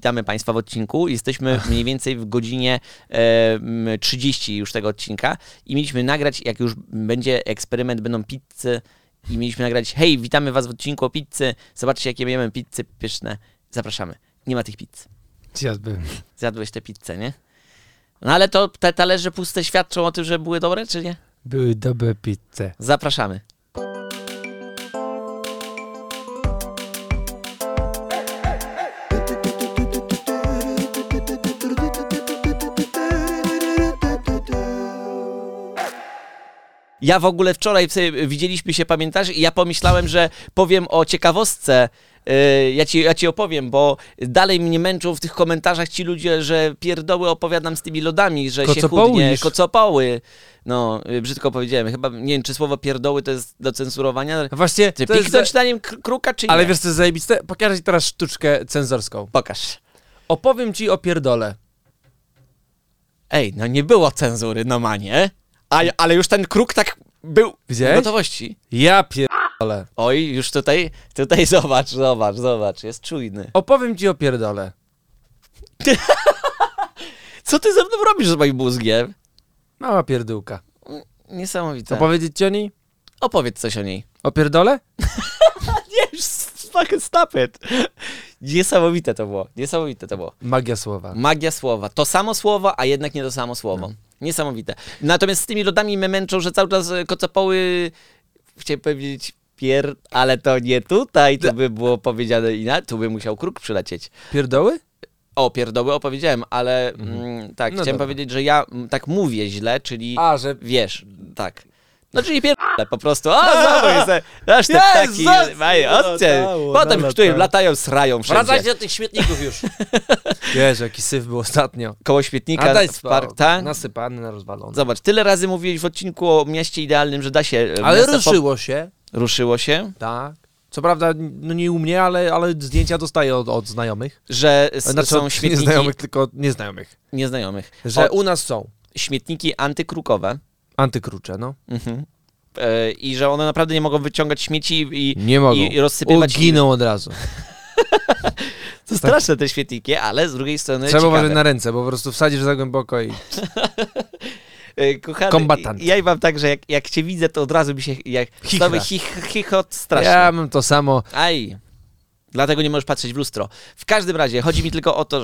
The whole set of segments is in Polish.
witamy Państwa w odcinku. Jesteśmy mniej więcej w godzinie 30 już tego odcinka i mieliśmy nagrać, jak już będzie eksperyment, będą pizzy i mieliśmy nagrać, hej, witamy Was w odcinku o pizzy, zobaczcie, jakie jemy pizzy pyszne, zapraszamy. Nie ma tych pizz. Zjadłbym. Zjadłeś tę pizzę, nie? No ale to te talerze puste świadczą o tym, że były dobre, czy nie? Były dobre pizze. Zapraszamy. Ja w ogóle wczoraj widzieliśmy się, pamiętasz? I ja pomyślałem, że powiem o ciekawostce. Ja ci opowiem, bo dalej mnie męczą w tych komentarzach ci ludzie, że pierdoły opowiadam z tymi lodami, że się chudnie, kocopoły. No, brzydko powiedziałem. Chyba, nie wiem, czy słowo pierdoły to jest do cenzurowania. Właśnie, Czy piknąć na nim kruka, czy nie? Ale wiesz, co jest zajebiste? Pokażę ci teraz sztuczkę cenzorską. Pokaż. Opowiem ci o pierdole. Ej, no nie było cenzury, no manie. Ale już ten kruk tak był Widziałeś? w gotowości. Ja pierdolę. Oj, już tutaj zobacz, jest czujny. Opowiem ci o pierdole. Co ty ze mną robisz z moim mózgiem? Mała pierdółka. Niesamowite. Opowiedzieć ci o niej? Opowiedz coś o niej. O pierdole? Nie, już fucking stop it. Niesamowite to było. Magia słowa. Magia słowa. To samo słowo, a jednak nie to samo słowo. No. Niesamowite. Natomiast z tymi lodami me męczą, że cały czas kocopoły, chciałem powiedzieć ale to nie tutaj, to by było powiedziane inaczej, tu by musiał kruk przylecieć. Pierdoły? O, pierdoły opowiedziałem, ale tak, No chciałem dobra. powiedzieć, że ja tak mówię źle, czyli że... wiesz, tak. No czyli po prostu, znowu jest, aż te ptaki, potem już tu latają, srają wszędzie. Wracajcie do tych śmietników już. Wiesz, jaki syf był ostatnio. Koło śmietnika w park, tak? Nasypany, na rozwalony. Zobacz, tyle razy mówiłeś w odcinku o mieście idealnym, że da się... Ale ruszyło się. Ruszyło się? Tak. Co prawda, no nie u mnie, ale zdjęcia dostaję od znajomych. Że znaczy, są śmietniki... Nie znajomych, tylko nieznajomych. Nieznajomych. Że u nas są. Śmietniki antykrukowe. Antykrucze, no. Mhm. I że one naprawdę nie mogą wyciągać śmieci nie mogą. I rozsypywać... Giną od razu. To straszne te śmietniki, ale z drugiej strony Trzeba ciekawe. uważać na ręce, bo po prostu wsadzisz za głęboko i... Kochany, kombatant. Ja mam tak, że jak cię widzę, to od razu mi się... Chichot strasznie. Ja mam to samo. Aj. Dlatego nie możesz patrzeć w lustro. W każdym razie, chodzi mi tylko o to,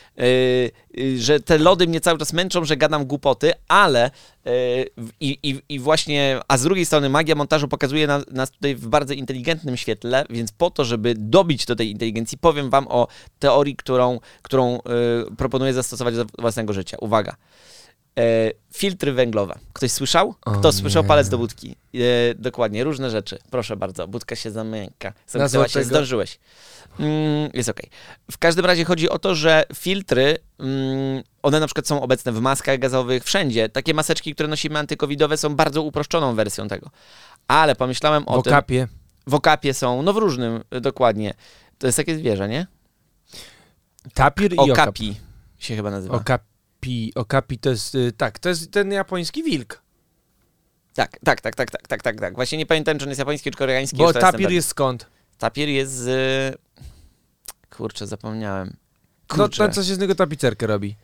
że te lody mnie cały czas męczą, że gadam głupoty, ale i właśnie, a z drugiej strony magia montażu pokazuje nas tutaj w bardzo inteligentnym świetle, więc po to, żeby dobić do tej inteligencji, powiem wam o teorii, którą proponuję zastosować do własnego życia. Uwaga. Filtry węglowe. Ktoś słyszał? Kto słyszał? Palec do budki. Dokładnie, różne rzeczy. Proszę bardzo, budka się zamyka. Zamknęła się, zdążyłeś. Jest okej. W każdym razie chodzi o to, że filtry, one na przykład są obecne w maskach gazowych, wszędzie. Takie maseczki, które nosimy antykowidowe, są bardzo uproszczoną wersją tego. Ale pomyślałem o tym... W okapie są, no w różnym, dokładnie. To jest takie zwierzę, nie? Tapir i okapi się chyba nazywa. Okapi to jest, tak, to jest ten japoński wilk. Tak. Właśnie nie pamiętam, czy on jest japoński, czy koreański. Bo tapir jest skąd? Tapir jest z... Kurczę, zapomniałem. Kurczę. No, co się z niego tapicerkę robi?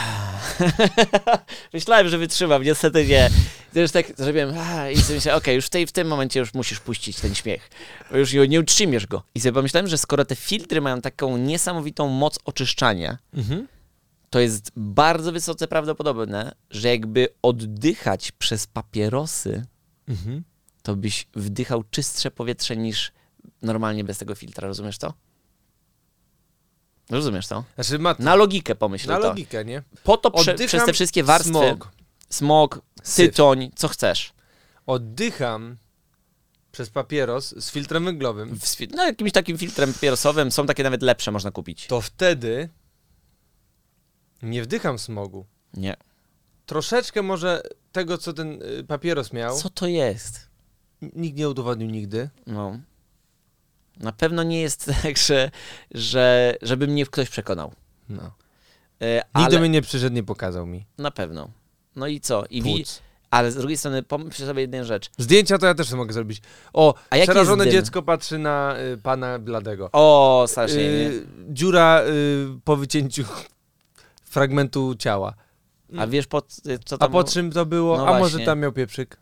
Myślałem, że wytrzymam, niestety nie. To już tak zrobiłem i sobie myślałem, okej, już w tym momencie już musisz puścić ten śmiech. Bo już nie utrzymiesz go. I sobie pomyślałem, że skoro te filtry mają taką niesamowitą moc oczyszczania, to jest bardzo wysoce prawdopodobne, że jakby oddychać przez papierosy, to byś wdychał czystsze powietrze niż normalnie bez tego filtra. Rozumiesz to? Rozumiesz to? Znaczy, na logikę pomyśl. Na logikę, nie? Po to przez te wszystkie warstwy, smog, tytoń, co chcesz. Oddycham przez papieros z filtrem węglowym. No jakimś takim filtrem papierosowym, są takie nawet lepsze, można kupić. To wtedy nie wdycham smogu. Nie. Troszeczkę może tego, co ten papieros miał. Co to jest? Nikt nie udowodnił nigdy. No. Na pewno nie jest tak, żeby mnie ktoś przekonał. No. Nigdy mnie nie przyszedł, nie pokazał mi. Na pewno. No i co? Ale z drugiej strony pomyśl sobie jedną rzecz. Zdjęcia to ja też mogę zrobić. O, A jaki przerażone jest dym? dziecko patrzy na pana bladego. O, strasznie, nie? Dziura po wycięciu fragmentu ciała. A wiesz co A tam po czym to było? No A może właśnie. tam miał pieprzyk?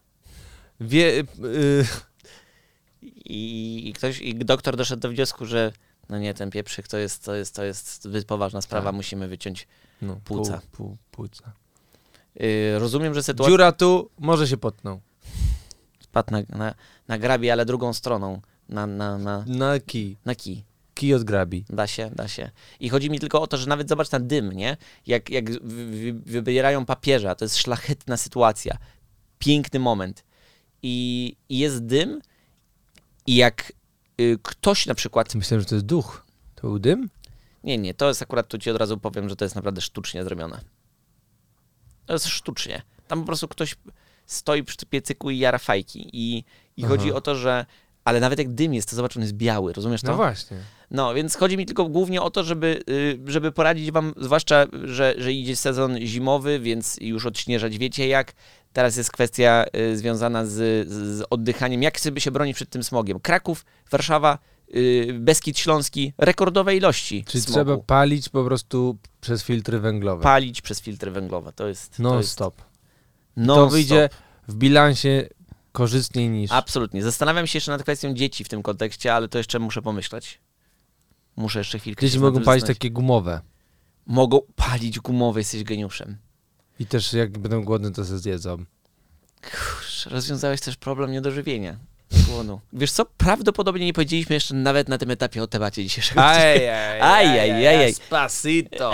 I doktor doszedł do wniosku, że no nie, ten pieprzyk to jest zbyt poważna sprawa, Tak. musimy wyciąć No, płuca. Płuca. Rozumiem, że sytuacja Dziura tu, może się potnął. spadł na grabie, ale drugą stroną, Na kij. na kij. Kij od grabi. Da się. I chodzi mi tylko o to, że nawet zobacz na dym, nie? Jak wybierają papieża, to jest szlachetna sytuacja. Piękny moment. I jest dym i jak ktoś na przykład... Myślałem, że to jest duch. To był dym? Nie, to jest akurat, tu ci od razu powiem, że to jest naprawdę sztucznie zrobione. To jest sztucznie. Tam po prostu ktoś stoi przy piecyku i jara fajki. I chodzi o to, że... Ale nawet jak dym jest, to zobacz, on jest biały, rozumiesz to? No właśnie. No, więc chodzi mi tylko głównie o to, żeby poradzić wam, zwłaszcza, że idzie sezon zimowy, więc już odśnieżać wiecie jak. Teraz jest kwestia związana z oddychaniem. Jak sobie się bronić przed tym smogiem? Kraków, Warszawa, Beskid Śląski, rekordowe ilości Czyli smogu. trzeba palić po prostu przez filtry węglowe. Palić przez filtry węglowe. To jest Non-stop. non To wyjdzie w bilansie korzystniej niż... Absolutnie. Zastanawiam się jeszcze nad kwestią dzieci w tym kontekście, ale to jeszcze muszę pomyśleć. Muszę jeszcze chwilkę Dzieci się mogą nad tym palić zastanowić. takie gumowe. Mogą palić gumowe, jesteś geniuszem. I też jak będą głodne, to se zjedzą. Kurczę, rozwiązałeś też problem niedożywienia. Głodu. Wiesz co, prawdopodobnie nie powiedzieliśmy jeszcze nawet na tym etapie o temacie dzisiejszego odcinka. Spacito.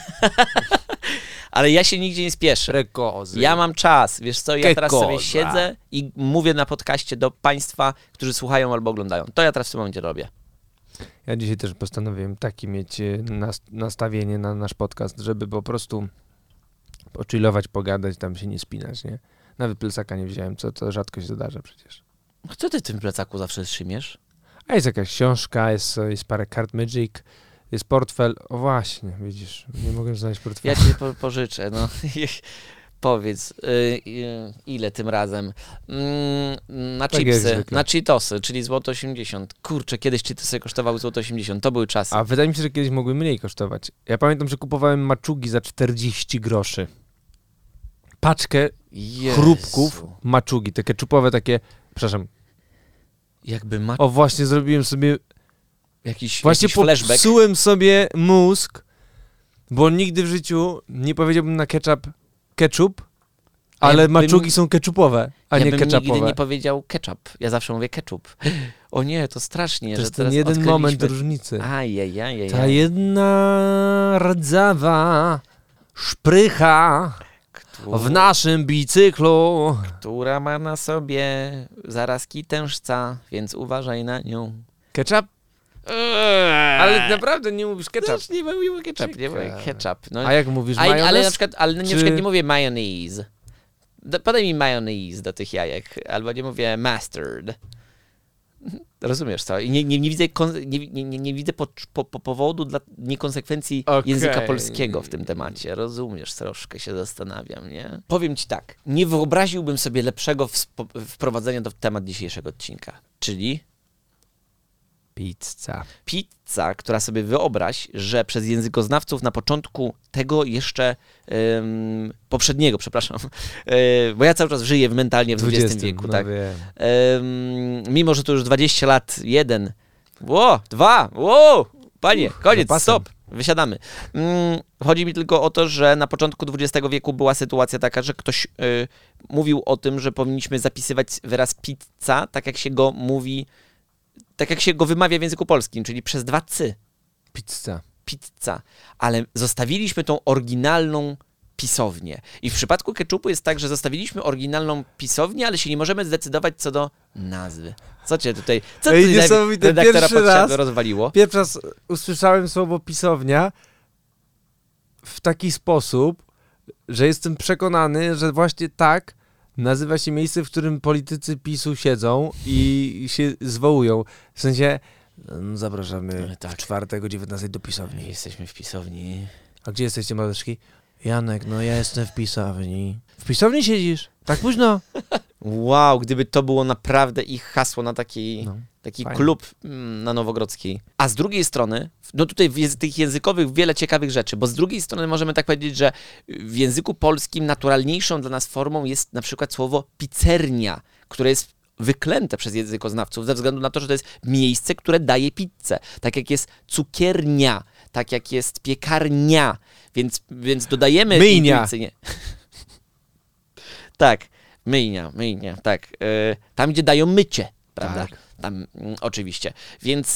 Ale ja się nigdzie nie spieszę. Rekozy. Ja mam czas, wiesz co, ja teraz sobie Kekoza. siedzę i mówię na podcaście do państwa, którzy słuchają albo oglądają. To ja teraz w tym momencie robię. Ja dzisiaj też postanowiłem takie mieć nastawienie na nasz podcast, żeby po prostu pochillować, pogadać, tam się nie spinać, nie? Nawet plecaka nie wziąłem, co rzadko się zdarza przecież. Co ty w tym plecaku zawsze trzymiesz? A jest jakaś książka, jest parę kart Magic, jest portfel. O właśnie, widzisz, nie mogę znaleźć Ja portfela. ci pożyczę, no. Powiedz, ile tym razem? Na Tak jak chipsy, zwykle. na Cheetosy, czyli złoto 80. Kurczę, kiedyś Cheetosy kosztowały złoto 80. To były czasy. A wydaje mi się, że kiedyś mogły mniej kosztować. Ja pamiętam, że kupowałem maczugi za 40 groszy. Paczkę Jezu. chrupków maczugi, te keczupowe takie, przepraszam, Jakby ma o właśnie zrobiłem sobie, jakiś flashback. popsułem sobie mózg, bo nigdy w życiu nie powiedziałbym na ketchup, A ja ale bym- maczugi są keczupowe, a ja nie bym ketchupowe. nigdy nie powiedział ketchup. Ja zawsze mówię ketchup. O nie, to strasznie, To że jest teraz ten jeden odkryliśmy... moment różnicy. Ajajajajaj. Ta jedna rdzawa szprycha w naszym bicyklu. Która ma na sobie zarazki tężca, więc uważaj na nią. Ketchup? Ale naprawdę nie mówisz ketchup. Też nie mówię ketchup, nie mówię ketchup. No, A jak mówisz ale majonez? na przykład, Czy- nie mówię mayonnaise. Podaj mi mayonnaise do tych jajek, albo nie mówię mustard. Rozumiesz co? I nie widzę, nie widzę powodu dla niekonsekwencji Okej. języka polskiego w tym temacie. Rozumiesz, troszkę się zastanawiam, nie? Powiem ci tak, nie wyobraziłbym sobie lepszego wprowadzenia do temat dzisiejszego odcinka, czyli pizza, która sobie wyobraź, że przez językoznawców na początku tego jeszcze poprzedniego, przepraszam, bo ja cały czas żyję mentalnie w XX wieku, no tak. wiem. Mimo, że to już 20 lat, 1, 2, panie, koniec, zapasem. stop, wysiadamy. Chodzi mi tylko o to, że na początku XX wieku była sytuacja taka, że ktoś mówił o tym, że powinniśmy zapisywać wyraz pizza, tak jak się go mówi, tak jak się go wymawia w języku polskim, czyli przez 2 cy. Pizza. Ale zostawiliśmy tą oryginalną pisownię. I w przypadku ketchupu jest tak, że zostawiliśmy oryginalną pisownię, ale się nie możemy zdecydować co do nazwy. Co cię tutaj, co Ej, ty niesamowite, redaktora pierwszy podsiadło, raz. rozwaliło? Pierwszy raz usłyszałem słowo pisownia w taki sposób, że jestem przekonany, że właśnie tak nazywa się miejsce, w którym politycy PiS-u siedzą i się zwołują. W sensie, zapraszamy Tak. w czwartek o 19 do pisowni. Jesteśmy w pisowni. A gdzie jesteście, małeczki? Janek, no ja jestem w pisowni. W pisowni siedzisz? Tak późno? Wow, gdyby to było naprawdę ich hasło na taki fajnie. klub na Nowogrodzkiej. A z drugiej strony, no tutaj tych językowych wiele ciekawych rzeczy, bo z drugiej strony możemy tak powiedzieć, że w języku polskim naturalniejszą dla nas formą jest na przykład słowo pizzernia, które jest wyklęte przez językoznawców ze względu na to, że to jest miejsce, które daje pizzę. Tak jak jest cukiernia, tak jak jest piekarnia, więc dodajemy Myjnia. intuicyjnie. Tak, myjnia, tak. Tam, gdzie dają mycie, prawda? Tak. Tam, oczywiście. Więc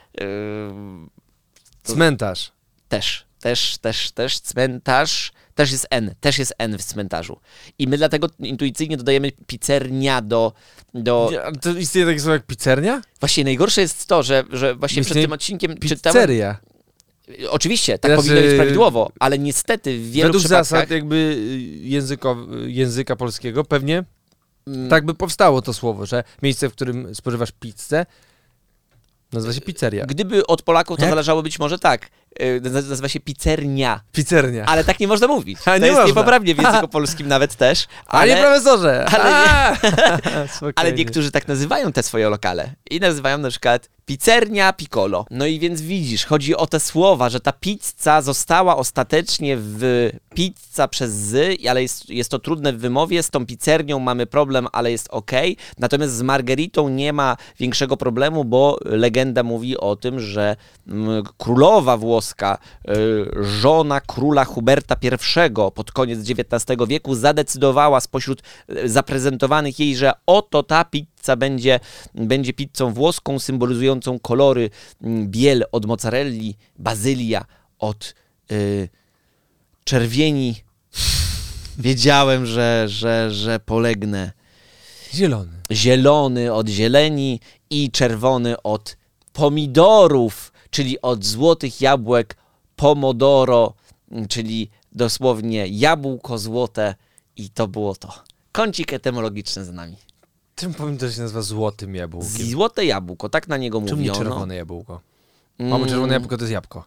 Cmentarz. też cmentarz, też jest N w cmentarzu. I my dlatego intuicyjnie dodajemy pizzernia do... Ale to istnieje takie słowo jak pizzernia? Właśnie najgorsze jest to, że właśnie przed Istnieje tym odcinkiem czytałem... Pizzeria. Oczywiście, tak Znaczy, powinno być prawidłowo, ale niestety w wielu Według przypadkach... zasad jakby języka polskiego pewnie tak by powstało to słowo, że miejsce, w którym spożywasz pizzę, nazywa się pizzeria. Gdyby od Polaków to Jak? zależało być może tak. Nazywa się pizzernia. Pizzernia. Ale tak nie można mówić. A, To nie jest można. niepoprawnie w języku polskim nawet też. Panie profesorze! Ale Ale niektórzy tak nazywają te swoje lokale. I nazywają na przykład pizzernia Piccolo. No i więc widzisz, chodzi o te słowa, że ta pizza została ostatecznie w pizza przez z, ale jest to trudne w wymowie. Z tą pizzernią mamy problem, ale jest okej. Natomiast z margeritą nie ma większego problemu, bo legenda mówi o tym, że królowa włoska, żona króla Huberta I pod koniec XIX wieku zadecydowała spośród zaprezentowanych jej, że oto ta pizza będzie pizzą włoską, symbolizującą kolory biel od mozzarelli, bazylia od czerwieni. Wiedziałem, że polegnę. Zielony. Zielony od zieleni i czerwony od pomidorów, czyli od złotych jabłek pomodoro, czyli dosłownie jabłko złote i to było to. Kącik etymologiczny z nami. Czym pomidor się nazywa złotym jabłkiem? Złote jabłko, tak na niego Czemu nie mówiono. czerwone jabłko? Albo czerwone jabłko to jest jabłko.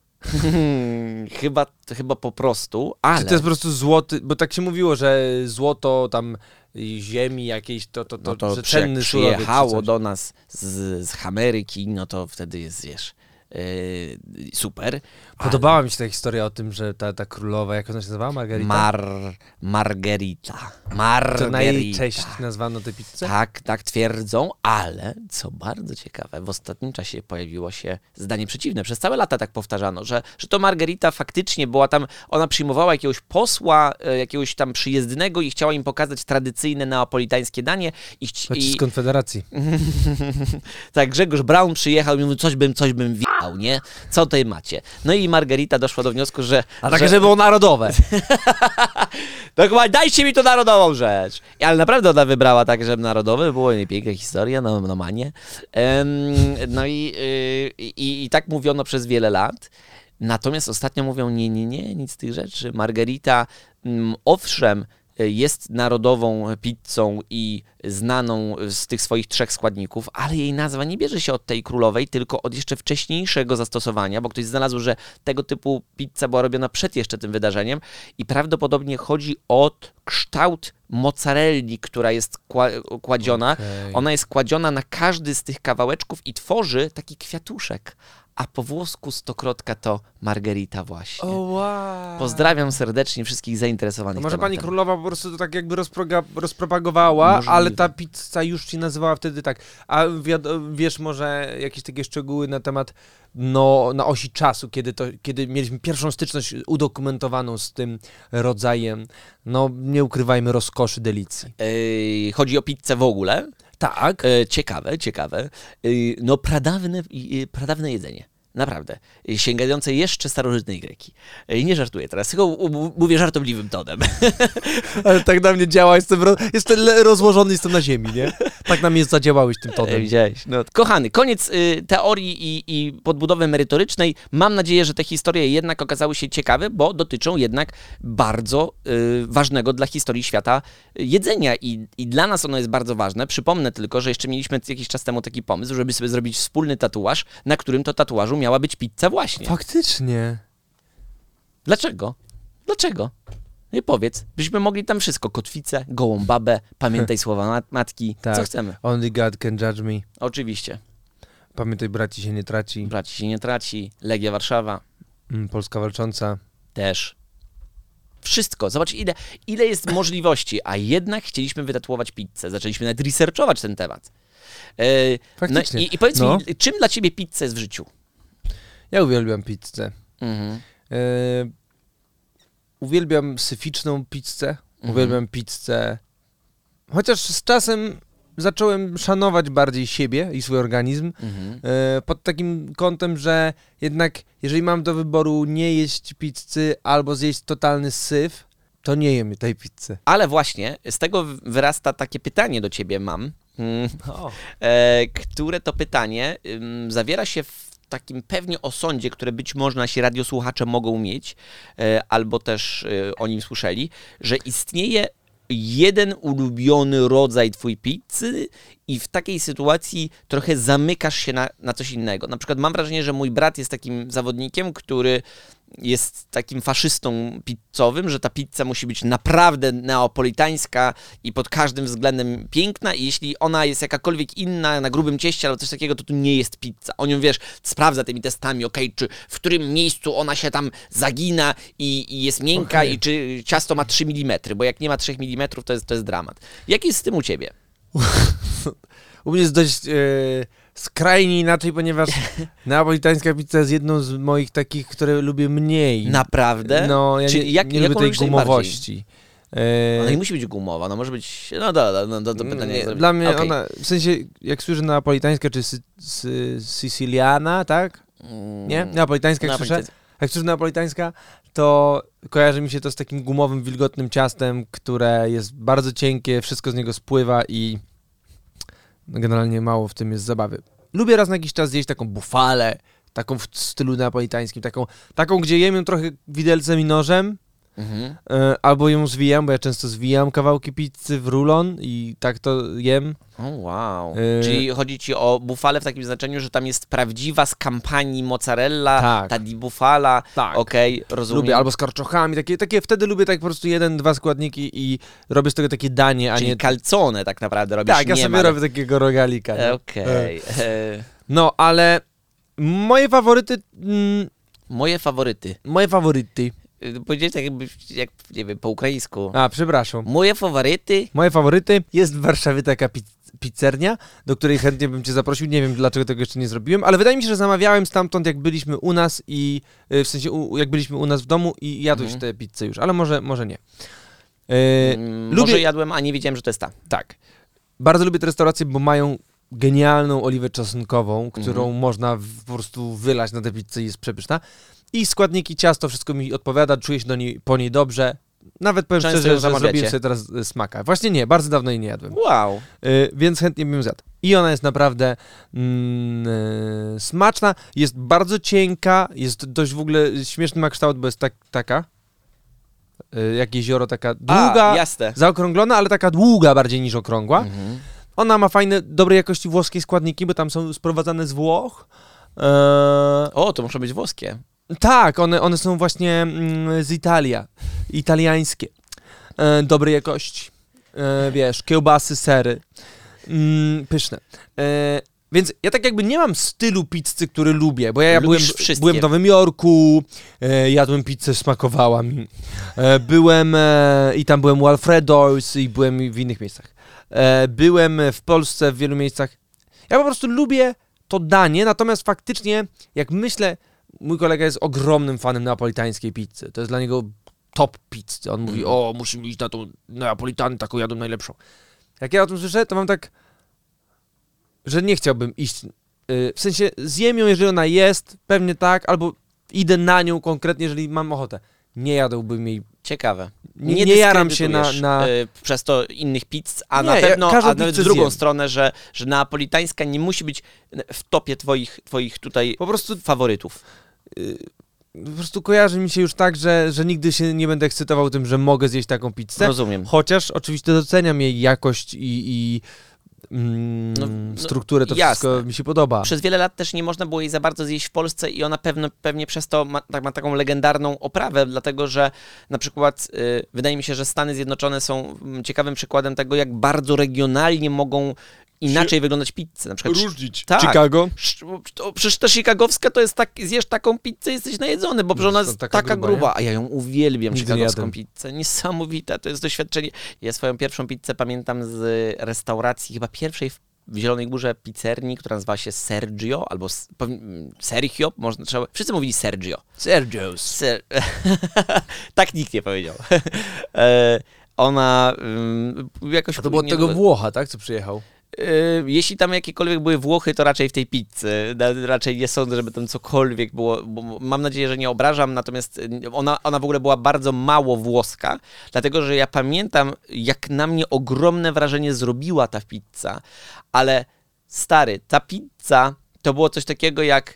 Chyba po prostu, ale... Czy to jest po prostu złoty, bo tak się mówiło, że złoto tam ziemi jakiejś, to że jak cenny surowiec. przyjechało do nas z Ameryki, no to wtedy jest, wiesz, super. Podobała mi się ta historia o tym, że ta królowa, jak ona się nazywała? Margarita? Margarita. To na jej cześć nazwano tę pizzę? Tak twierdzą, ale co bardzo ciekawe, w ostatnim czasie pojawiło się zdanie przeciwne. Przez całe lata tak powtarzano, że to Margarita faktycznie była tam, ona przyjmowała jakiegoś posła, jakiegoś tam przyjezdnego i chciała im pokazać tradycyjne neapolitańskie danie. Z Konfederacji. Tak, Grzegorz Braun przyjechał i mówił, coś bym wjechał, nie? Co tutaj macie? No i Margarita doszła do wniosku, że... A takie, żeby było narodowe. Dokładnie, dajcie mi to narodową rzecz. Ale naprawdę ona wybrała tak, żeby narodowe, było piękna historia, no manie. No i tak mówiono przez wiele lat. Natomiast ostatnio mówią, nie, nic z tych rzeczy. Margarita, owszem, jest narodową pizzą i znaną z tych swoich 3 składników, ale jej nazwa nie bierze się od tej królowej, tylko od jeszcze wcześniejszego zastosowania, bo ktoś znalazł, że tego typu pizza była robiona przed jeszcze tym wydarzeniem i prawdopodobnie chodzi o kształt mozzarelli, która jest kładziona. Okay. Ona jest kładziona na każdy z tych kawałeczków i tworzy taki kwiatuszek. A po włosku stokrotka to Margarita właśnie. Wow. Pozdrawiam serdecznie wszystkich zainteresowanych To może tematem. pani królowa po prostu to tak jakby rozpropagowała, Możliwe. ale ta pizza już się nazywała wtedy tak. A wiesz może jakieś takie szczegóły na temat na osi czasu, kiedy mieliśmy pierwszą styczność udokumentowaną z tym rodzajem, nie ukrywajmy, rozkoszy, delicji. Chodzi o pizzę w ogóle. Tak. Ciekawe. Pradawne jedzenie. Naprawdę. Sięgające jeszcze starożytnej Greki. Nie żartuję teraz, tylko mówię żartobliwym tonem. Ale tak na mnie działa, jestem rozłożony, jestem na ziemi, nie? Tak na mnie zadziałałeś tym tonem. Widziałeś. No. Kochany, koniec teorii i podbudowy merytorycznej. Mam nadzieję, że te historie jednak okazały się ciekawe, bo dotyczą jednak bardzo ważnego dla historii świata jedzenia i dla nas ono jest bardzo ważne. Przypomnę tylko, że jeszcze mieliśmy jakiś czas temu taki pomysł, żeby sobie zrobić wspólny tatuaż, na którym to tatuażu miała być pizza właśnie. Faktycznie. Dlaczego? Dlaczego? Nie powiedz. Byśmy mogli tam wszystko. Kotwicę, gołą babę, pamiętaj słowa matki. Tak. Co chcemy? Only God can judge me. Oczywiście. Pamiętaj, braci się nie traci. Braci się nie traci. Legia Warszawa. Polska walcząca. Też. Wszystko. Zobacz, ile jest możliwości, a jednak chcieliśmy wytatuować pizzę. Zaczęliśmy nawet researchować ten temat. Faktycznie. No, i powiedz mi, czym dla ciebie pizza jest w życiu? Ja uwielbiam pizzę. Mhm. Uwielbiam syficzną pizzę. Uwielbiam pizzę. Chociaż z czasem zacząłem szanować bardziej siebie i swój organizm. Pod takim kątem, że jednak jeżeli mam do wyboru nie jeść pizzy albo zjeść totalny syf, to nie jem tej pizzy. Ale właśnie z tego wyrasta takie pytanie do ciebie mam, które to pytanie zawiera się w takim pewnie osądzie, które być może nasi radiosłuchacze mogą mieć, albo też o nim słyszeli, że istnieje jeden ulubiony rodzaj twój pizzy i w takiej sytuacji trochę zamykasz się na coś innego. Na przykład mam wrażenie, że mój brat jest takim zawodnikiem, który jest takim faszystą pizzowym, że ta pizza musi być naprawdę neapolitańska i pod każdym względem piękna i jeśli ona jest jakakolwiek inna, na grubym cieście albo coś takiego, to nie jest pizza. On ją, wiesz, sprawdza tymi testami, czy w którym miejscu ona się tam zagina i jest miękka i czy ciasto ma 3 mm, bo jak nie ma 3 mm, to jest dramat. Jak jest z tym u ciebie? U mnie jest dość skrajnie inaczej, ponieważ neapolitańska pizza jest jedną z moich takich, które lubię mniej. Naprawdę? No, ja nie lubię tej gumowości. Ona nie musi być gumowa, ona może być... No dobra, to pytanie nie, dla mnie ona, w sensie, jak słyszę neapolitańska czy siciliana, tak? Nie? Neapolitańska, jak słyszę? Jak słyszę neapolitańska, to kojarzy mi się to z takim gumowym, wilgotnym ciastem, które jest bardzo cienkie, wszystko z niego spływa i generalnie mało w tym jest zabawy. Lubię raz na jakiś czas zjeść taką bufalę, taką w stylu neapolitańskim, taką gdzie jem ją trochę widelcem i nożem, albo ją zwijam, bo ja często zwijam kawałki pizzy w rulon i tak to jem. O wow. Czyli chodzi ci o bufalę w takim znaczeniu, że tam jest prawdziwa z kampanii mozzarella, tak. Ta di bufala. Tak. Okej, rozumiem. Lubię, albo z karczochami, takie wtedy lubię tak po prostu 1-2 składniki i robię z tego takie danie, a czyli nie... calzone tak naprawdę robisz. Tak, ja sobie robię takiego rogalika. Okej. No, ale moje faworyty... Moje faworyty. Powiedziałeś tak jak, nie wiem, po ukraińsku. A, przepraszam. Moje faworyty? Jest w Warszawie taka pizzernia, do której chętnie bym cię zaprosił. Nie wiem, dlaczego tego jeszcze nie zrobiłem, ale wydaje mi się, że zamawiałem stamtąd, jak byliśmy u nas i... W sensie, jak byliśmy u nas w domu i jadłeś tę pizzę już, ale może nie. Może jadłem, a nie wiedziałem, że to jest ta. Tak. Bardzo lubię te restauracje, bo mają genialną oliwę czosnkową, którą można po prostu wylać na tę pizzę i jest przepyszna. I składniki, ciasto, wszystko mi odpowiada, czuję się po niej dobrze. Nawet powiem szczerze, że zrobiłem sobie teraz smaka. Właśnie nie, bardzo dawno jej nie jadłem. Wow. Więc chętnie bym zjadł. I ona jest naprawdę smaczna, jest bardzo cienka, jest dość w ogóle śmieszny ma kształt, bo jest taka jak jezioro, taka długa, zaokrąglona, ale taka długa bardziej niż okrągła. Ona ma fajne, dobrej jakości włoskie składniki, bo tam są sprowadzane z Włoch. O, to muszą być włoskie. Tak, one są właśnie z italiańskie, dobrej jakości, wiesz, kiełbasy, sery, pyszne. Więc ja tak jakby nie mam stylu pizzy, który lubię, bo ja byłem w Nowym Jorku, jadłem pizzę, smakowała mi, byłem i tam byłem u Alfredo's i byłem w innych miejscach. Byłem w Polsce w wielu miejscach. Ja po prostu lubię to danie, natomiast faktycznie, jak myślę, mój kolega jest ogromnym fanem neapolitańskiej pizzy. To jest dla niego top pizzy. On mówi, musimy iść na tą neapolitanę, taką jadą najlepszą. Jak ja o tym słyszę, to mam tak, że nie chciałbym iść. W sensie zjem ją, jeżeli ona jest, pewnie tak, albo idę na nią konkretnie, jeżeli mam ochotę. Nie jadłbym jej. Ciekawe. Nie jaram się na... przez to innych pizz, a na pewno a nawet w drugą stronę, że neapolitańska nie musi być w topie twoich tutaj po prostu faworytów. Po prostu kojarzy mi się już tak, że nigdy się nie będę ekscytował tym, że mogę zjeść taką pizzę. Rozumiem. Chociaż oczywiście doceniam jej jakość i strukturę, to jasne. wszystko mi się podoba. Przez wiele lat też nie można było jej za bardzo zjeść w Polsce i ona pewnie przez to ma taką legendarną oprawę, dlatego że na przykład wydaje mi się, że Stany Zjednoczone są ciekawym przykładem tego, jak bardzo regionalnie mogą inaczej wyglądać pizze. Na przykład Różnić. Tak. Chicago? Przecież ta chicagowska to jest tak, zjesz taką pizzę, jesteś najedzony, bo ona jest taka gruba. A ja ją uwielbiam, Nigdy chicagowską pizzę. Niesamowite, to jest doświadczenie. Ja swoją pierwszą pizzę pamiętam z restauracji, chyba pierwszej w Zielonej Górze pizzerii, która nazywa się Sergio, albo Sergio, wszyscy mówili Sergio. Sergio's. Tak nikt nie powiedział. Ona jakoś... A to było od tego Włocha, tak, co przyjechał? Jeśli tam jakiekolwiek były Włochy, to raczej w tej pizzy. Raczej nie sądzę, żeby tam cokolwiek było, bo mam nadzieję, że nie obrażam, natomiast ona w ogóle była bardzo mało włoska, dlatego, że ja pamiętam, jak na mnie ogromne wrażenie zrobiła ta pizza, ale stary, ta pizza to było coś takiego jak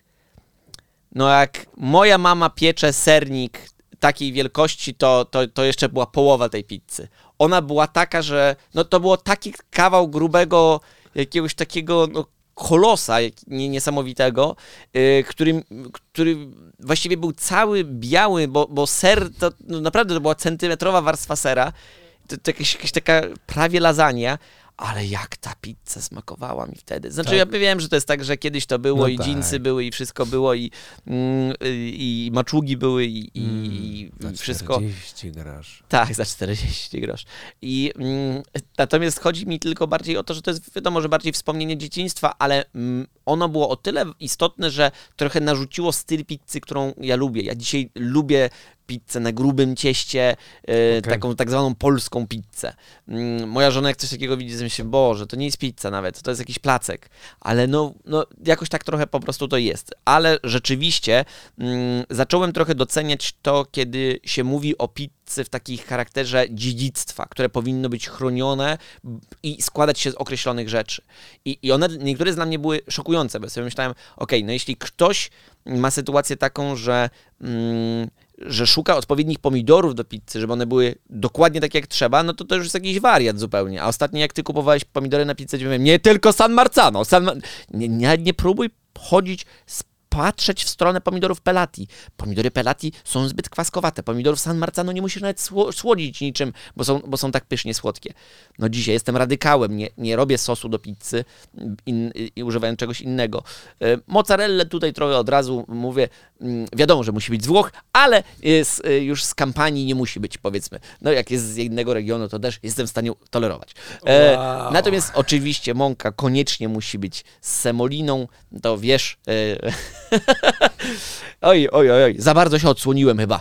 moja mama piecze sernik takiej wielkości, to jeszcze była połowa tej pizzy. Ona była taka, że to było taki kawał grubego, jakiegoś takiego kolosa niesamowitego, który właściwie był cały biały, bo ser, to naprawdę to była centymetrowa warstwa sera, to jakaś taka prawie lasagna. Ale jak ta pizza smakowała mi wtedy. Znaczy tak. Ja wiem, że to jest tak, że kiedyś to było i dżinsy były i wszystko było i maczugi były i wszystko. 40 grosz. Tak, za 40 grosz. Natomiast chodzi mi tylko bardziej o to, że to jest wiadomo, że bardziej wspomnienie dzieciństwa, ale ono było o tyle istotne, że trochę narzuciło styl pizzy, którą ja lubię. Ja dzisiaj lubię pizzę na grubym cieście, taką tak zwaną polską pizzę. Moja żona jak coś takiego widzi, myśli, Boże, to nie jest pizza nawet, to jest jakiś placek. Ale jakoś tak trochę po prostu to jest. Ale rzeczywiście zacząłem trochę doceniać to, kiedy się mówi o pizzy w takim charakterze dziedzictwa, które powinno być chronione i składać się z określonych rzeczy. I one, niektóre dla mnie były szokujące, bo sobie myślałem, jeśli ktoś ma sytuację taką, że szuka odpowiednich pomidorów do pizzy, żeby one były dokładnie tak jak trzeba, to już jest jakiś wariat zupełnie. A ostatnio jak ty kupowałeś pomidory na pizzę, mówiłem, nie tylko San Marzano. Nie próbuj chodzić, patrzeć w stronę pomidorów Pelati. Pomidory Pelati są zbyt kwaskowate. Pomidorów San Marzano nie musisz nawet słodzić niczym, bo są tak pysznie słodkie. Dzisiaj jestem radykałem, nie robię sosu do pizzy i używając czegoś innego. Mozzarellę tutaj trochę od razu mówię, wiadomo, że musi być z Włoch, ale już z kampanii nie musi być, powiedzmy. Jak jest z innego regionu, to też jestem w stanie tolerować. Wow. Natomiast oczywiście mąka koniecznie musi być z semoliną, to wiesz... Oj, za bardzo się odsłoniłem chyba.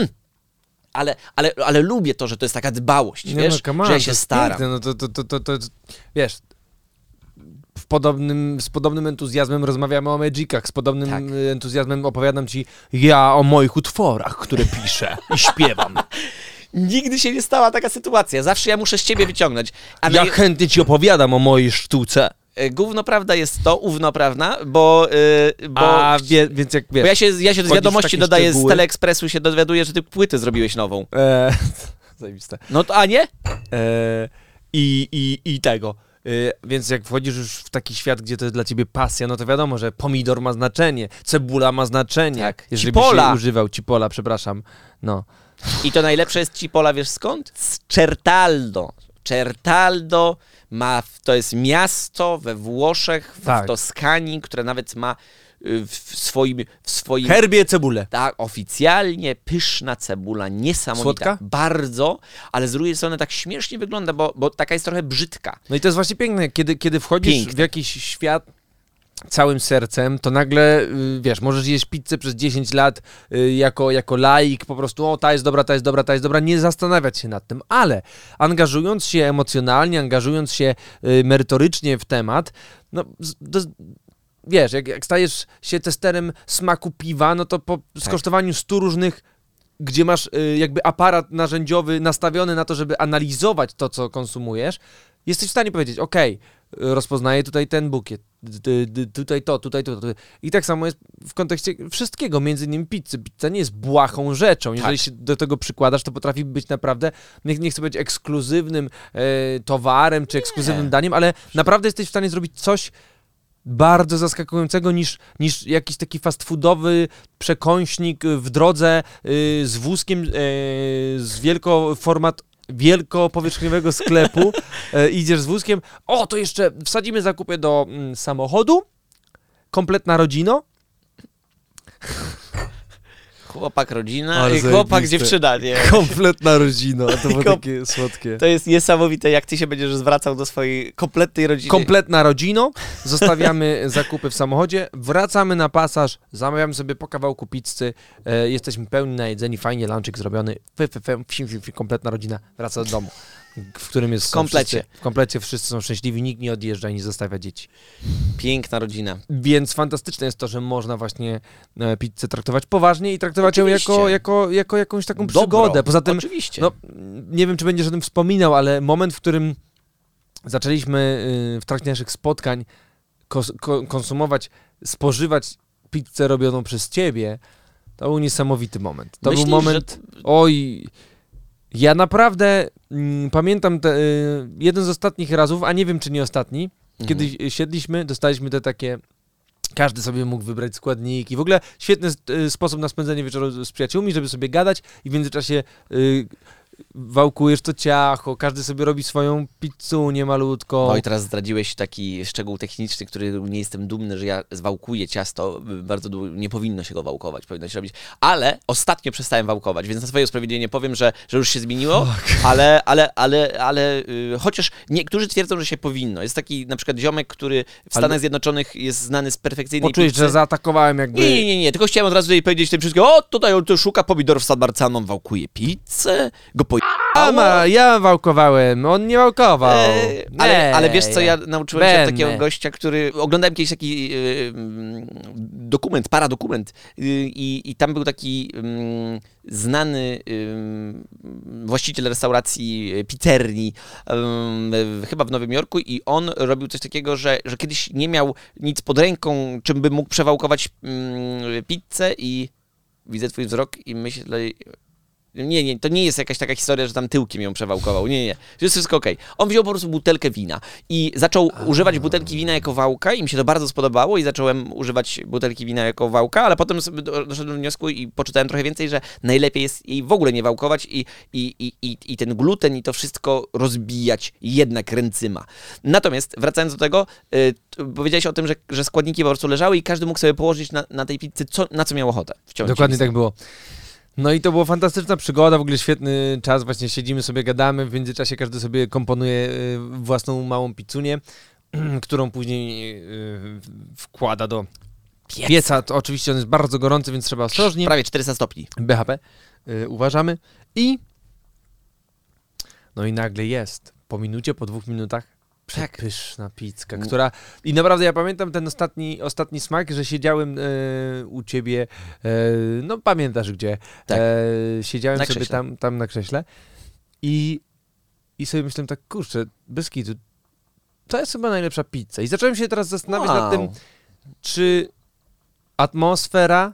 Ale lubię to, że to jest taka dbałość, wiesz, że ja się staram. Piękne, to wiesz, z podobnym entuzjazmem rozmawiamy o Magicach, z podobnym entuzjazmem opowiadam ci ja o moich utworach, które piszę i śpiewam. Nigdy się nie stała taka sytuacja, zawsze ja muszę z ciebie wyciągnąć. Ja chętnie ci opowiadam o mojej sztuce. Gówno prawda jest to, ówno prawda, bo więc jak wiesz, bo ja się z wiadomości dodaję szczegóły. Z Teleekspresu się dowiaduję, że ty płytę zrobiłeś nową. Zajebiste. A nie? I tego. Więc jak wchodzisz już w taki świat, gdzie to jest dla ciebie pasja, to wiadomo, że pomidor ma znaczenie, cebula ma znaczenie. Tak. Jeżeli byś jej używał, cipolla, przepraszam. I to najlepsze jest cipolla, wiesz skąd? Z Certaldo. Certaldo to jest miasto we Włoszech, w Toskanii, które nawet ma w swoim herbie cebulę. Tak, oficjalnie pyszna cebula, niesamowita. Słodka? Bardzo, ale z drugiej strony tak śmiesznie wygląda, bo taka jest trochę brzydka. I to jest właśnie piękne, kiedy wchodzisz w jakiś świat całym sercem, to nagle, wiesz, możesz jeść pizzę przez 10 lat jako laik, po prostu ta jest dobra, ta jest dobra, ta jest dobra, nie zastanawiać się nad tym, ale angażując się emocjonalnie, angażując się merytorycznie w temat, wiesz, jak stajesz się testerem smaku piwa, to po skosztowaniu 100 różnych, gdzie masz jakby aparat narzędziowy nastawiony na to, żeby analizować to, co konsumujesz, jesteś w stanie powiedzieć, rozpoznaje tutaj ten bukiet, tutaj to. I tak samo jest w kontekście wszystkiego, między innymi pizzy. Pizza nie jest błahą rzeczą. Jeżeli się do tego przykładasz, to potrafi być naprawdę, nie chcę powiedzieć ekskluzywnym towarem, czy ekskluzywnym daniem, ale naprawdę jesteś w stanie zrobić coś bardzo zaskakującego niż jakiś taki fast foodowy przekąśnik w drodze z wózkiem z wielkopowierzchniowego sklepu. Idziesz z wózkiem. O, to jeszcze wsadzimy zakupy do samochodu. Kompletna rodzina. Chłopak, rodzina i chłopak, dziewczyna, nie? Kompletna rodzina, to było takie słodkie. To jest niesamowite, jak ty się będziesz zwracał do swojej kompletnej rodziny. Kompletna rodzina, zostawiamy zakupy w samochodzie, wracamy na pasaż, zamawiamy sobie po kawałku pizzy, jesteśmy pełni najedzeni, fajnie lunchik zrobiony, kompletna rodzina wraca do domu, w którym jest w komplecie wszyscy są szczęśliwi, nikt nie odjeżdża i nie zostawia dzieci. Piękna rodzina. Więc fantastyczne jest to, że można właśnie pizzę traktować poważnie i traktować ją jako jakąś taką przygodę. Poza tym, no, nie wiem, czy będziesz o tym wspominał, ale moment, w którym zaczęliśmy w trakcie naszych spotkań konsumować, spożywać pizzę robioną przez ciebie, to był niesamowity moment. To był moment, ja naprawdę pamiętam jeden z ostatnich razów, a nie wiem, czy nie ostatni, kiedy siedliśmy, dostaliśmy te takie, każdy sobie mógł wybrać składniki. W ogóle świetny sposób na spędzenie wieczoru z przyjaciółmi, żeby sobie gadać i w międzyczasie wałkujesz to ciacho, każdy sobie robi swoją pizzunię malutką. No i teraz zdradziłeś taki szczegół techniczny, który nie jestem dumny, że ja wałkuję ciasto. Bardzo nie powinno się go wałkować, powinno się robić. Ale ostatnio przestałem wałkować, więc na swoje usprawiedliwienie powiem, że już się zmieniło, ale chociaż niektórzy twierdzą, że się powinno. Jest taki na przykład ziomek, który w Stanach Zjednoczonych jest znany z perfekcyjnej pizzy. Poczułeś, że zaatakowałem jakby... Nie, tylko chciałem od razu jej powiedzieć tym wszystkim, tutaj on tu szuka pomidorów z San Marcaną, wałkuje pizzę, ja wałkowałem, on nie wałkował. Ale wiesz co, ja nauczyłem się od takiego gościa, który... Oglądałem kiedyś taki paradokument i tam był taki znany właściciel restauracji, pizzerii, chyba w Nowym Jorku i on robił coś takiego, że kiedyś nie miał nic pod ręką, czym by mógł przewałkować pizzę i widzę twój wzrok i myślę... Nie, to nie jest jakaś taka historia, że tam tyłkiem ją przewałkował. Nie. To jest wszystko okej. On wziął po prostu butelkę wina i zaczął używać butelki wina jako wałka i mi się to bardzo spodobało i zacząłem używać butelki wina jako wałka, ale potem doszedłem do wniosku i poczytałem trochę więcej, że najlepiej jest jej w ogóle nie wałkować i ten gluten i to wszystko rozbijać jednak ręcyma. Natomiast wracając do tego, powiedziałeś o tym, że składniki po prostu leżały i każdy mógł sobie położyć na tej pizzy na co miał ochotę. Dokładnie tak było. No i to była fantastyczna przygoda, w ogóle świetny czas, właśnie siedzimy sobie, gadamy, w międzyczasie każdy sobie komponuje własną małą pizzunię, którą później wkłada do pieca. To oczywiście on jest bardzo gorący, więc trzeba ostrożnie. Prawie 400 stopni. BHP, uważamy. No i nagle jest, po minucie, po 2 minutach, przepyszna pizzka, która... I naprawdę ja pamiętam ten ostatni smak, że siedziałem u ciebie, no pamiętasz gdzie, siedziałem na sobie krześle. tam na krześle i sobie myślałem tak, kurczę, bez kitu, to jest chyba najlepsza pizza. I zacząłem się teraz zastanawiać nad tym, czy atmosfera,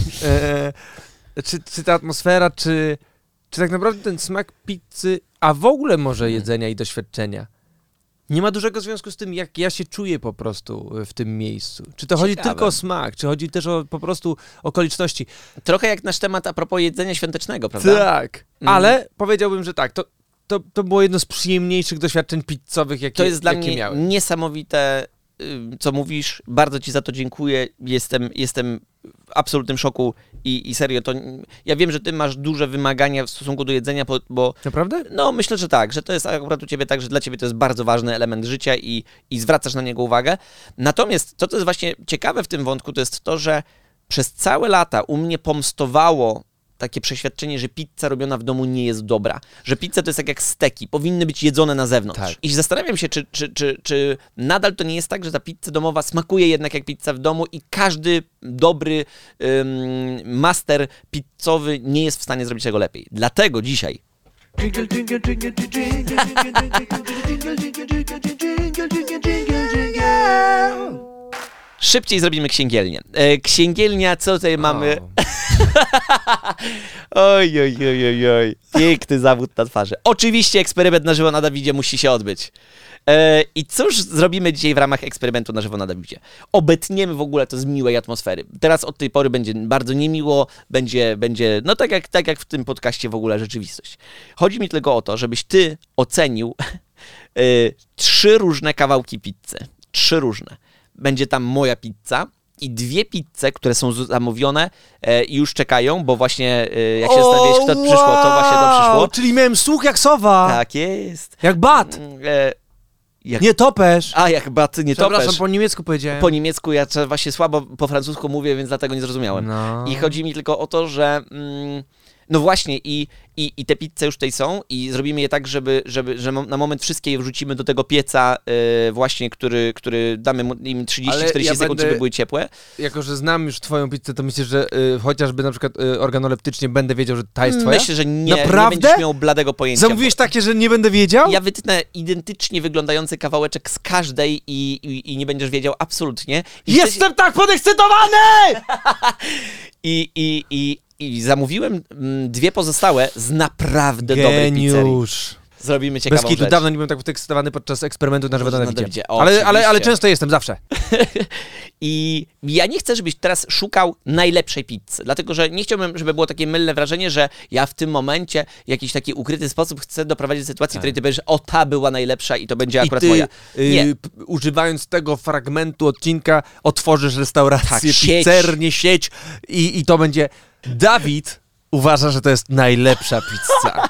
czy ta atmosfera, czy tak naprawdę ten smak pizzy, a w ogóle może jedzenia i doświadczenia, nie ma dużego związku z tym, jak ja się czuję po prostu w tym miejscu. Czy to chodzi tylko o smak, czy chodzi też o po prostu okoliczności. Trochę jak nasz temat a propos jedzenia świątecznego, prawda? Tak, ale powiedziałbym, że tak, to było jedno z przyjemniejszych doświadczeń pizzowych, jakie miałem. To jest dla mnie niesamowite, co mówisz. Bardzo ci za to dziękuję. Jestem w absolutnym szoku i serio, to ja wiem, że ty masz duże wymagania w stosunku do jedzenia, bo... Naprawdę? No, myślę, że tak, że to jest akurat u ciebie tak, że dla ciebie to jest bardzo ważny element życia i zwracasz na niego uwagę. Natomiast to, co jest właśnie ciekawe w tym wątku, to jest to, że przez całe lata u mnie pomstowało takie przeświadczenie, że pizza robiona w domu nie jest dobra. Że pizza to jest tak jak steki, powinny być jedzone na zewnątrz. Tak. I zastanawiam się, czy nadal to nie jest tak, że ta pizza domowa smakuje jednak jak pizza w domu i każdy dobry master pizzowy nie jest w stanie zrobić tego lepiej. Dlatego dzisiaj Szybciej zrobimy księgielnię. Księgielnia, co tutaj mamy? Oj, oj, oj, oj, oj. Piękny zawód na twarzy. Oczywiście eksperyment na żywo na Dawidzie musi się odbyć. I cóż zrobimy dzisiaj w ramach eksperymentu na żywo na Dawidzie? Obetniemy w ogóle to z miłej atmosfery. Teraz od tej pory będzie bardzo niemiło, będzie no tak jak w tym podcaście w ogóle rzeczywistość. Chodzi mi tylko o to, żebyś ty ocenił 3 różne kawałki pizzy. 3 różne. Będzie tam moja pizza i 2 pizze, które są zamówione i już czekają, bo właśnie jak się zastanawiałeś, kto przyszło, to właśnie to przyszło. Czyli miałem słuch jak sowa. Tak jest. Jak bat. Nie topesz. A, jak bat, nie topesz. Przepraszam, po niemiecku powiedziałem. Po niemiecku ja właśnie słabo po francusku mówię, więc dlatego nie zrozumiałem. No. I chodzi mi tylko o to, że no właśnie i te pizze już tutaj są i zrobimy je tak, że na moment wszystkie je wrzucimy do tego pieca właśnie, który damy im 30-40 sekund, żeby były ciepłe. Jako, że znam już twoją pizzę, to myślę, że chociażby na przykład organoleptycznie będę wiedział, że ta jest twoja? Myślę, że nie Naprawdę? będziesz miał bladego pojęcia. Zamówiłeś takie, że nie będę wiedział? Ja wytnę identycznie wyglądający kawałeczek z każdej i nie będziesz wiedział absolutnie. Jestem tak podekscytowany! I zamówiłem 2 pozostałe z naprawdę dobrej pizzerii. Zrobimy ciekawą Bez kitu, rzecz. dawno nie byłem tak podekscytowany podczas eksperymentu na żywo na Dawidzie. O, Ale często jestem, zawsze. I ja nie chcę, żebyś teraz szukał najlepszej pizzy, dlatego że nie chciałbym, żeby było takie mylne wrażenie, że ja w tym momencie w jakiś taki ukryty sposób chcę doprowadzić do sytuacji, w której ty będziesz, o ta była najlepsza i to będzie akurat moja. Nie. Używając tego fragmentu odcinka, otworzysz restaurację, Tak, pizzernię, sieć i to będzie... Dawid uważa, że to jest najlepsza pizza.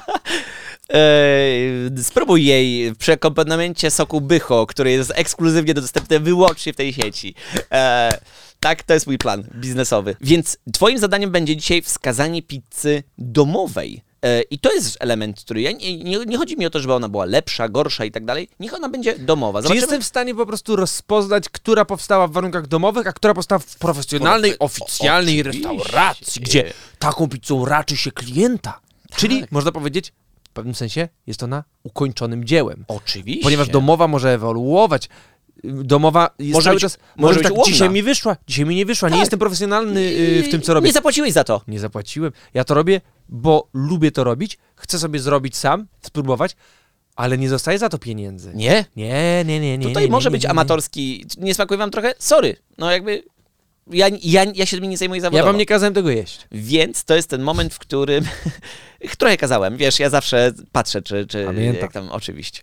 Spróbuj jej przy akompaniamencie soku Bycho, który jest ekskluzywnie dostępny wyłącznie w tej sieci. Tak, to jest mój plan biznesowy. Więc twoim zadaniem będzie dzisiaj wskazanie pizzy domowej. I to jest element, który nie chodzi mi o to, żeby ona była lepsza, gorsza i tak dalej. Niech ona będzie domowa. Czy jestem w stanie po prostu rozpoznać, która powstała w warunkach domowych, a która powstała w profesjonalnej, oficjalnej restauracji, gdzie taką pizzą raczy się klienta. Tak. Czyli można powiedzieć, w pewnym sensie jest ona ukończonym dziełem. Oczywiście. Ponieważ domowa może ewoluować. Domowa jest może cały być, czas... Może być tak, dzisiaj mi wyszła, dzisiaj mi nie wyszła. Tak. Nie jestem profesjonalny w tym, co robię. Nie zapłaciłeś za to. Nie zapłaciłem. Ja to robię, bo lubię to robić. Chcę sobie zrobić sam, spróbować, ale nie dostaję za to pieniędzy. Nie? Nie. Tutaj może być amatorski. Nie smakuje wam trochę? Sorry. No jakby... Ja się tym nie zajmuję zawodowo. Ja wam nie kazałem tego jeść. Więc to jest ten moment, w którym... Trochę kazałem, wiesz, ja zawsze patrzę, czy jak tam, oczywiście.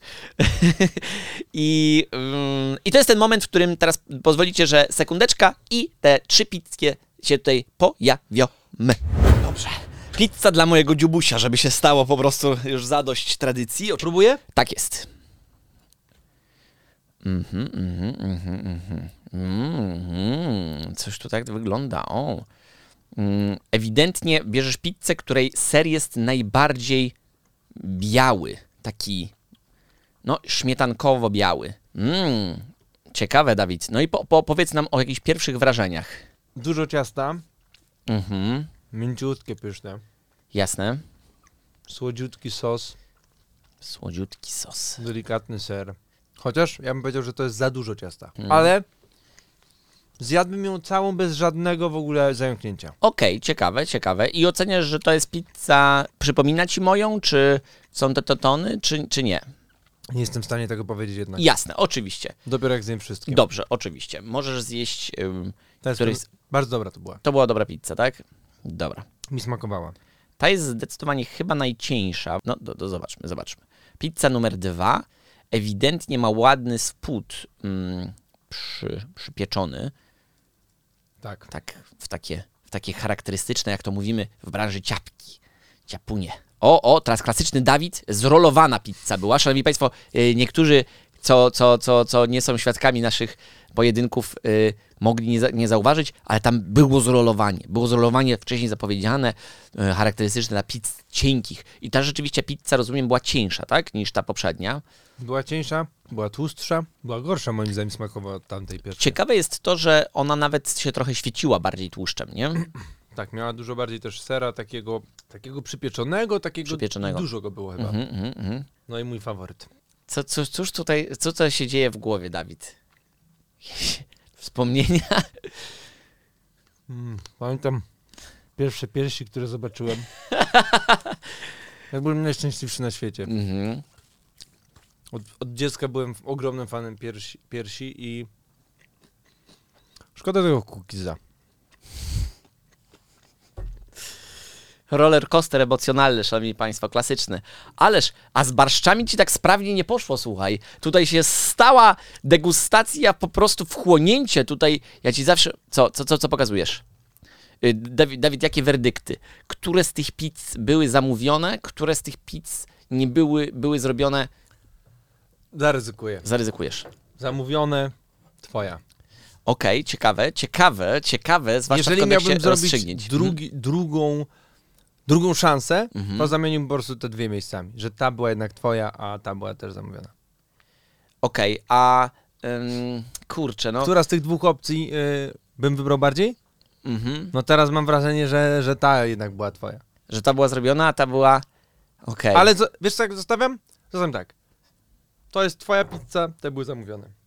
I to jest ten moment, w którym teraz pozwolicie, że sekundeczka i te 3 pizzie się tutaj pojawiamy. Dobrze. Pizza dla mojego dziubusia, żeby się stało po prostu już zadość tradycji. Próbuję? Tak jest. Coś tu tak wygląda. O. Ewidentnie bierzesz pizzę, której ser jest najbardziej biały. Taki, no, śmietankowo-biały. Ciekawe, Dawid. No i powiedz nam o jakichś pierwszych wrażeniach. Dużo ciasta. Mięciutkie, pyszne. Jasne. Słodziutki sos. Słodziutki sos. Delikatny ser. Chociaż ja bym powiedział, że to jest za dużo ciasta. Ale zjadłbym ją całą bez żadnego w ogóle zająknięcia. Okej, ciekawe. I oceniasz, że to jest pizza, przypomina ci moją, czy są te tony, czy nie? Nie jestem w stanie tego powiedzieć jednak. Jasne, oczywiście. Dopiero jak zjem wszystkie. Dobrze, oczywiście. Możesz zjeść... Bardzo dobra to była. To była dobra pizza, tak? Dobra. Mi smakowała. Ta jest zdecydowanie chyba najcieńsza. No, zobaczmy. Pizza numer 2 ewidentnie ma ładny spód przypieczony. Tak. Tak, w takie charakterystyczne, jak to mówimy w branży ciapki. Ciapunie. O, teraz klasyczny Dawid, zrolowana pizza była. Szanowni Państwo, niektórzy, co nie są świadkami naszych pojedynków, mogli nie zauważyć, ale tam było zrolowanie. Było zrolowanie wcześniej zapowiedziane, charakterystyczne dla pizz cienkich. I ta rzeczywiście pizza, rozumiem, była cieńsza, tak? Niż ta poprzednia. Była cieńsza, była tłustsza, była gorsza moim zdaniem smakowo od tamtej pierwszej. Ciekawe jest to, że ona nawet się trochę świeciła bardziej tłuszczem, nie? Tak, miała dużo bardziej też sera takiego przypieczonego, dużo go było chyba. No i mój faworyt. Cóż tutaj, co się dzieje w głowie, Dawid? Wspomnienia? Pamiętam pierwsze piersi, które zobaczyłem. Jak byłem najszczęśliwszy na świecie. Mhm. Od dziecka byłem ogromnym fanem piersi i szkoda tego cookiesa. Roller coaster emocjonalny, szanowni państwo, klasyczny. A z barszczami ci tak sprawnie nie poszło, słuchaj. Tutaj się stała degustacja, po prostu wchłonięcie. Tutaj ja ci zawsze... Co pokazujesz? Dawid, jakie werdykty? Które z tych pizz były zamówione? Które z tych pizz nie były zrobione? Zaryzykuję. Zaryzykujesz. Zamówione, twoja. Okej, ciekawe, zwłaszcza Jeżeli w kontekście miałbym zrobić rozstrzygnięć. drugą szansę, to zamieniłbym po prostu te dwie miejscami. Że ta była jednak twoja, a ta była też zamówiona. Okej, a kurczę, no... Która z tych dwóch opcji bym wybrał bardziej? No teraz mam wrażenie, że ta jednak była twoja. Że ta była zrobiona, a ta była... Okej. Ale wiesz co, jak zostawiam? Zostawiam tak. To jest twoja pizza, te były zamówione.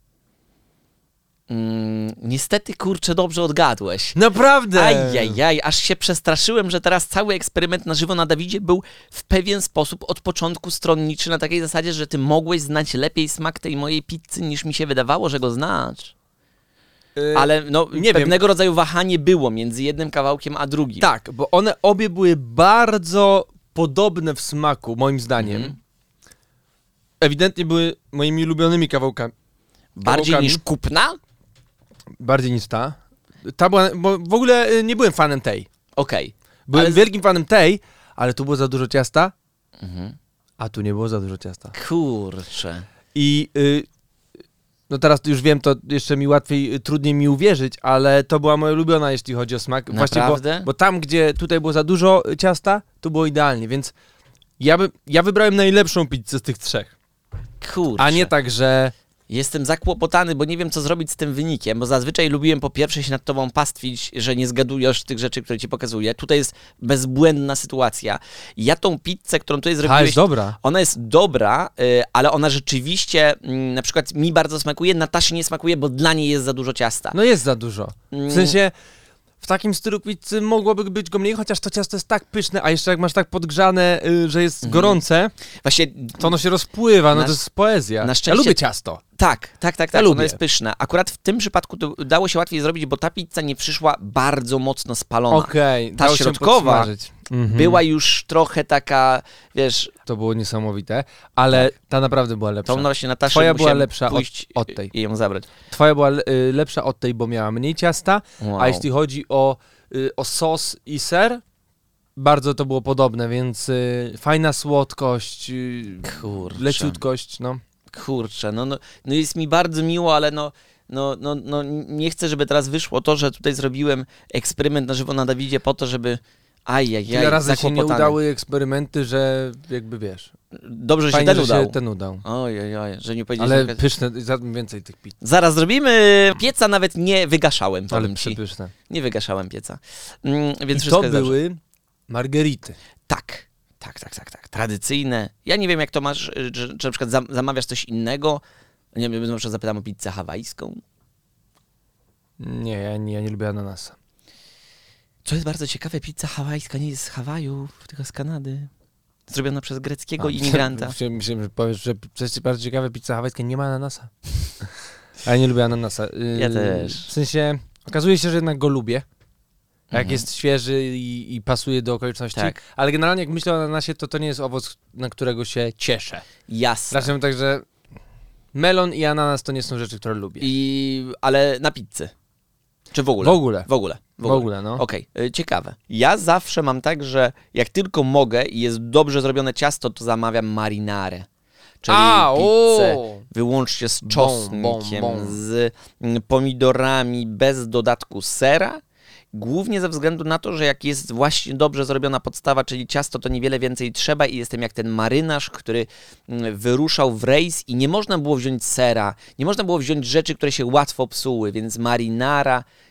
Niestety, kurczę, dobrze odgadłeś. Naprawdę! Ajajaj, aż się przestraszyłem, że teraz cały eksperyment na żywo na Dawidzie był w pewien sposób od początku stronniczy, na takiej zasadzie, że ty mogłeś znać lepiej smak tej mojej pizzy, niż mi się wydawało, że go znasz. Ale no, nie pewnego rodzaju wahanie było między jednym kawałkiem a drugim. Tak, bo one obie były bardzo podobne w smaku, moim zdaniem. Ewidentnie były moimi ulubionymi kawałkami. Bardziej niż kupna? Bardziej niż ta. Ta była, bo w ogóle nie byłem fanem tej. Okej. Byłem wielkim fanem tej, ale tu było za dużo ciasta, a tu nie było za dużo ciasta. Kurczę. I no teraz już wiem, to jeszcze mi trudniej mi uwierzyć, ale to była moja ulubiona, jeśli chodzi o smak. Naprawdę? Właśnie, bo tam, gdzie tutaj było za dużo ciasta, to było idealnie, więc ja wybrałem najlepszą pizzę z tych trzech. Kurczę. A nie tak, że... Jestem zakłopotany, bo nie wiem, co zrobić z tym wynikiem, bo zazwyczaj lubiłem po pierwsze się nad tobą pastwić, że nie zgadujesz tych rzeczy, które ci pokazuję. Tutaj jest bezbłędna sytuacja. Ja tą pizzę, którą tutaj zrobiłeś... jest dobra. Ona jest dobra, ale ona rzeczywiście, na przykład mi bardzo smakuje, Nataszy nie smakuje, bo dla niej jest za dużo ciasta. No jest za dużo. W sensie... W takim stylu pizzy mogłoby być go mniej, chociaż to ciasto jest tak pyszne, a jeszcze jak masz tak podgrzane, że jest gorące, Właśnie... to ono się rozpływa, no to jest poezja. Na szczęście... Ja lubię ciasto. Tak, Ja ono lubię. jest pyszne. Akurat w tym przypadku to udało się łatwiej zrobić, bo ta pizza nie przyszła bardzo mocno spalona. Okej. Ta dało się środkowa podsmażyć. była już trochę taka, wiesz... To było niesamowite, ale ta naprawdę była lepsza. To właśnie Natasza Twoja była musiałem lepsza pójść od tej. i ją zabrać. Twoja była lepsza od tej, bo miała mniej ciasta, Wow. a jeśli chodzi o sos i ser, bardzo to było podobne, więc fajna słodkość, Kurczę. leciutkość, no. Kurczę, no jest mi bardzo miło, ale no nie chcę, żeby teraz wyszło to, że tutaj zrobiłem eksperyment na żywo na Dawidzie po to, żeby... Tyle razy się nie zakłopotany. udały eksperymenty, że jakby wiesz. Dobrze, Fajnie, że że się ten udał. Ojej, że nie powiedziałeś... Ale że... pyszne, więcej tych pizz. Zaraz zrobimy. Pieca nawet nie wygaszałem, Ale powiem ci. przepyszne. Nie wygaszałem pieca. Więc I wszystko to jest dobrze. były margerity. Tak. Tradycyjne. Ja nie wiem, jak to masz, czy na przykład zamawiasz coś innego. Nie wiem, na przykład zapytam o pizzę hawajską. Nie, ja nie lubię ananasa. Co jest bardzo ciekawe, pizza hawajska nie jest z Hawajów, tylko z Kanady. Zrobiona przez greckiego imigranta. Myślałem, że powiesz, że przecież bardzo ciekawe, pizza hawajska nie ma ananasa. A ja nie lubię ananasa. Ja też. W sensie, okazuje się, że jednak go lubię. Jak jest świeży i pasuje do okoliczności. Tak. Ale generalnie jak myślę o ananasie, to nie jest owoc, na którego się cieszę. Jasne. Raczej tak, że melon i ananas to nie są rzeczy, które lubię. Ale na pizzę. Czy w ogóle? W ogóle. W ogóle, no. Okej, ciekawe. Ja zawsze mam tak, że jak tylko mogę i jest dobrze zrobione ciasto, to zamawiam marinarę. Czyli pizzę wyłącznie z czosnkiem, z pomidorami, bez dodatku sera. Głównie ze względu na to, że jak jest właśnie dobrze zrobiona podstawa, czyli ciasto, to niewiele więcej trzeba i jestem jak ten marynarz, który wyruszał w rejs i nie można było wziąć sera, nie można było wziąć rzeczy, które się łatwo psuły, więc marinara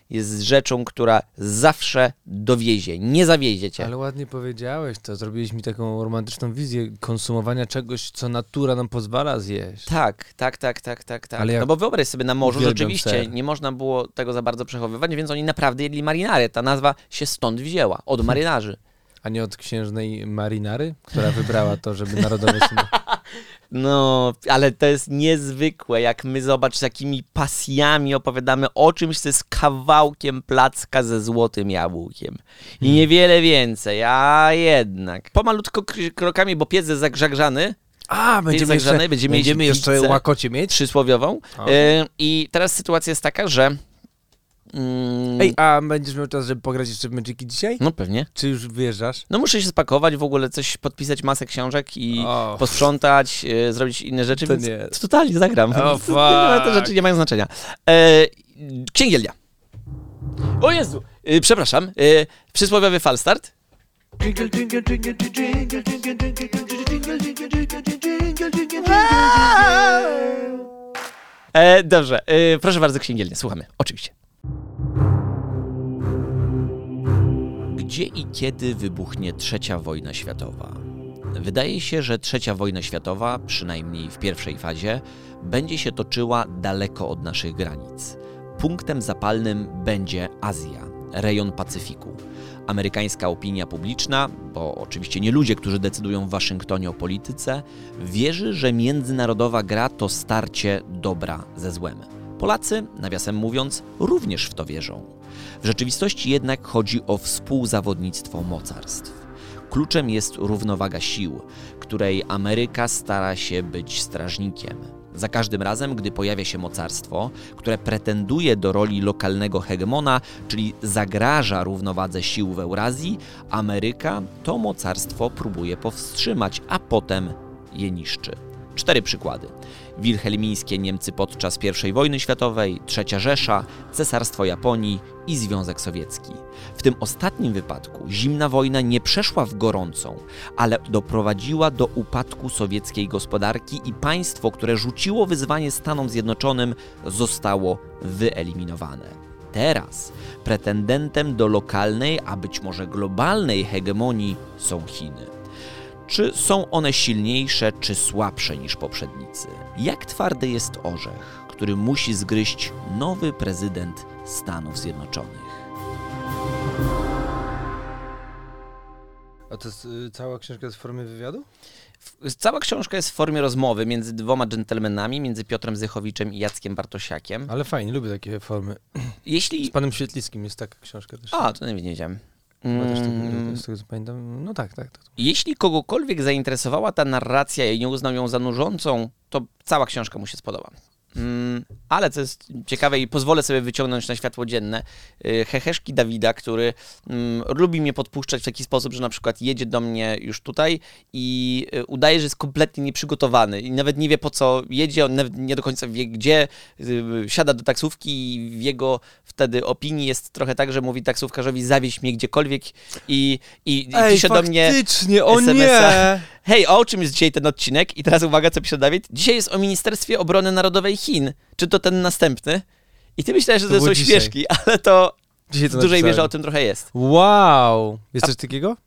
jest rzeczą, która zawsze dowiezie, nie zawiezie cię. Ale ładnie powiedziałeś to, zrobiłeś mi taką romantyczną wizję konsumowania czegoś, co natura nam pozwala zjeść. Tak. Ale ja No bo wyobraź sobie, na morzu uwielbiam rzeczywiście ser. nie można było tego za bardzo przechowywać, więc oni naprawdę jedli marynarę. Ta nazwa się stąd wzięła, od marynarzy. A nie od księżnej Marinary, która wybrała to, żeby narodowe symbol. No, ale to jest niezwykłe, jak my zobacz, z jakimi pasjami opowiadamy o czymś, co jest kawałkiem placka ze złotym jabłkiem. I niewiele więcej, a jednak. Pomalutko krokami, bo piec jest zagrzany. A, będziemy jeszcze pizzę łakocie mieć? przysłowiową. I teraz sytuacja jest taka, że... Ej, a będziesz miał czas, żeby pograć jeszcze w Magici dzisiaj? No pewnie. Czy już wyjeżdżasz? No muszę się spakować, w ogóle coś podpisać, masę książek i posprzątać, zrobić inne rzeczy, To więc nie. totalnie zagram. Fuck. Te rzeczy nie mają znaczenia. Księgielnia. O Jezu, przepraszam, przysłowiowy falstart. Dobrze, proszę bardzo, księgielnia, słuchamy, oczywiście. Gdzie i kiedy wybuchnie trzecia wojna światowa? Wydaje się, że trzecia wojna światowa, przynajmniej w pierwszej fazie, będzie się toczyła daleko od naszych granic. Punktem zapalnym będzie Azja, rejon Pacyfiku. Amerykańska opinia publiczna, bo oczywiście nie ludzie, którzy decydują w Waszyngtonie o polityce, wierzy, że międzynarodowa gra to starcie dobra ze złem. Polacy, nawiasem mówiąc, również w to wierzą. W rzeczywistości jednak chodzi o współzawodnictwo mocarstw. Kluczem jest równowaga sił, której Ameryka stara się być strażnikiem. Za każdym razem, gdy pojawia się mocarstwo, które pretenduje do roli lokalnego hegemona, czyli zagraża równowadze sił w Eurazji, Ameryka to mocarstwo próbuje powstrzymać, a potem je niszczy. 4 przykłady. Wilhelmińskie Niemcy podczas I wojny światowej, III Rzesza, Cesarstwo Japonii i Związek Sowiecki. W tym ostatnim wypadku zimna wojna nie przeszła w gorącą, ale doprowadziła do upadku sowieckiej gospodarki i państwo, które rzuciło wyzwanie Stanom Zjednoczonym, zostało wyeliminowane. Teraz pretendentem do lokalnej, a być może globalnej hegemonii są Chiny. Czy są one silniejsze, czy słabsze niż poprzednicy? Jak twardy jest orzech, który musi zgryźć nowy prezydent Stanów Zjednoczonych? A to jest, cała książka jest w formie wywiadu? Cała książka jest w formie rozmowy między dwoma dżentelmenami, między Piotrem Zychowiczem i Jackiem Bartosiakiem. Ale fajnie, lubię takie formy. Jeśli... Z panem Świetlickim jest taka książka też. A, to nie wiedziałem. Chyba też z tego co pamiętam. No tak. Jeśli kogokolwiek zainteresowała ta narracja i nie uznał ją za nużącą, to cała książka mu się spodoba. Ale co jest ciekawe i pozwolę sobie wyciągnąć na światło dzienne, heheszki Dawida, który lubi mnie podpuszczać w taki sposób, że na przykład jedzie do mnie już tutaj i udaje, że jest kompletnie nieprzygotowany i nawet nie wie, po co jedzie, on nawet nie do końca wie gdzie, siada do taksówki i w jego wtedy opinii jest trochę tak, że mówi taksówkarzowi zawieź mnie gdziekolwiek i pisze do mnie o SMS-a. nie! Hej, o czym jest dzisiaj ten odcinek? I teraz uwaga, co pisze Dawid. Dzisiaj jest o Ministerstwie Obrony Narodowej Chin. Czy to ten następny? I ty myślałeś, że to są dzisiaj. śmieszki, ale to Dzisiaj w dużej mierze o tym trochę jest. Wow! Jest coś takiego?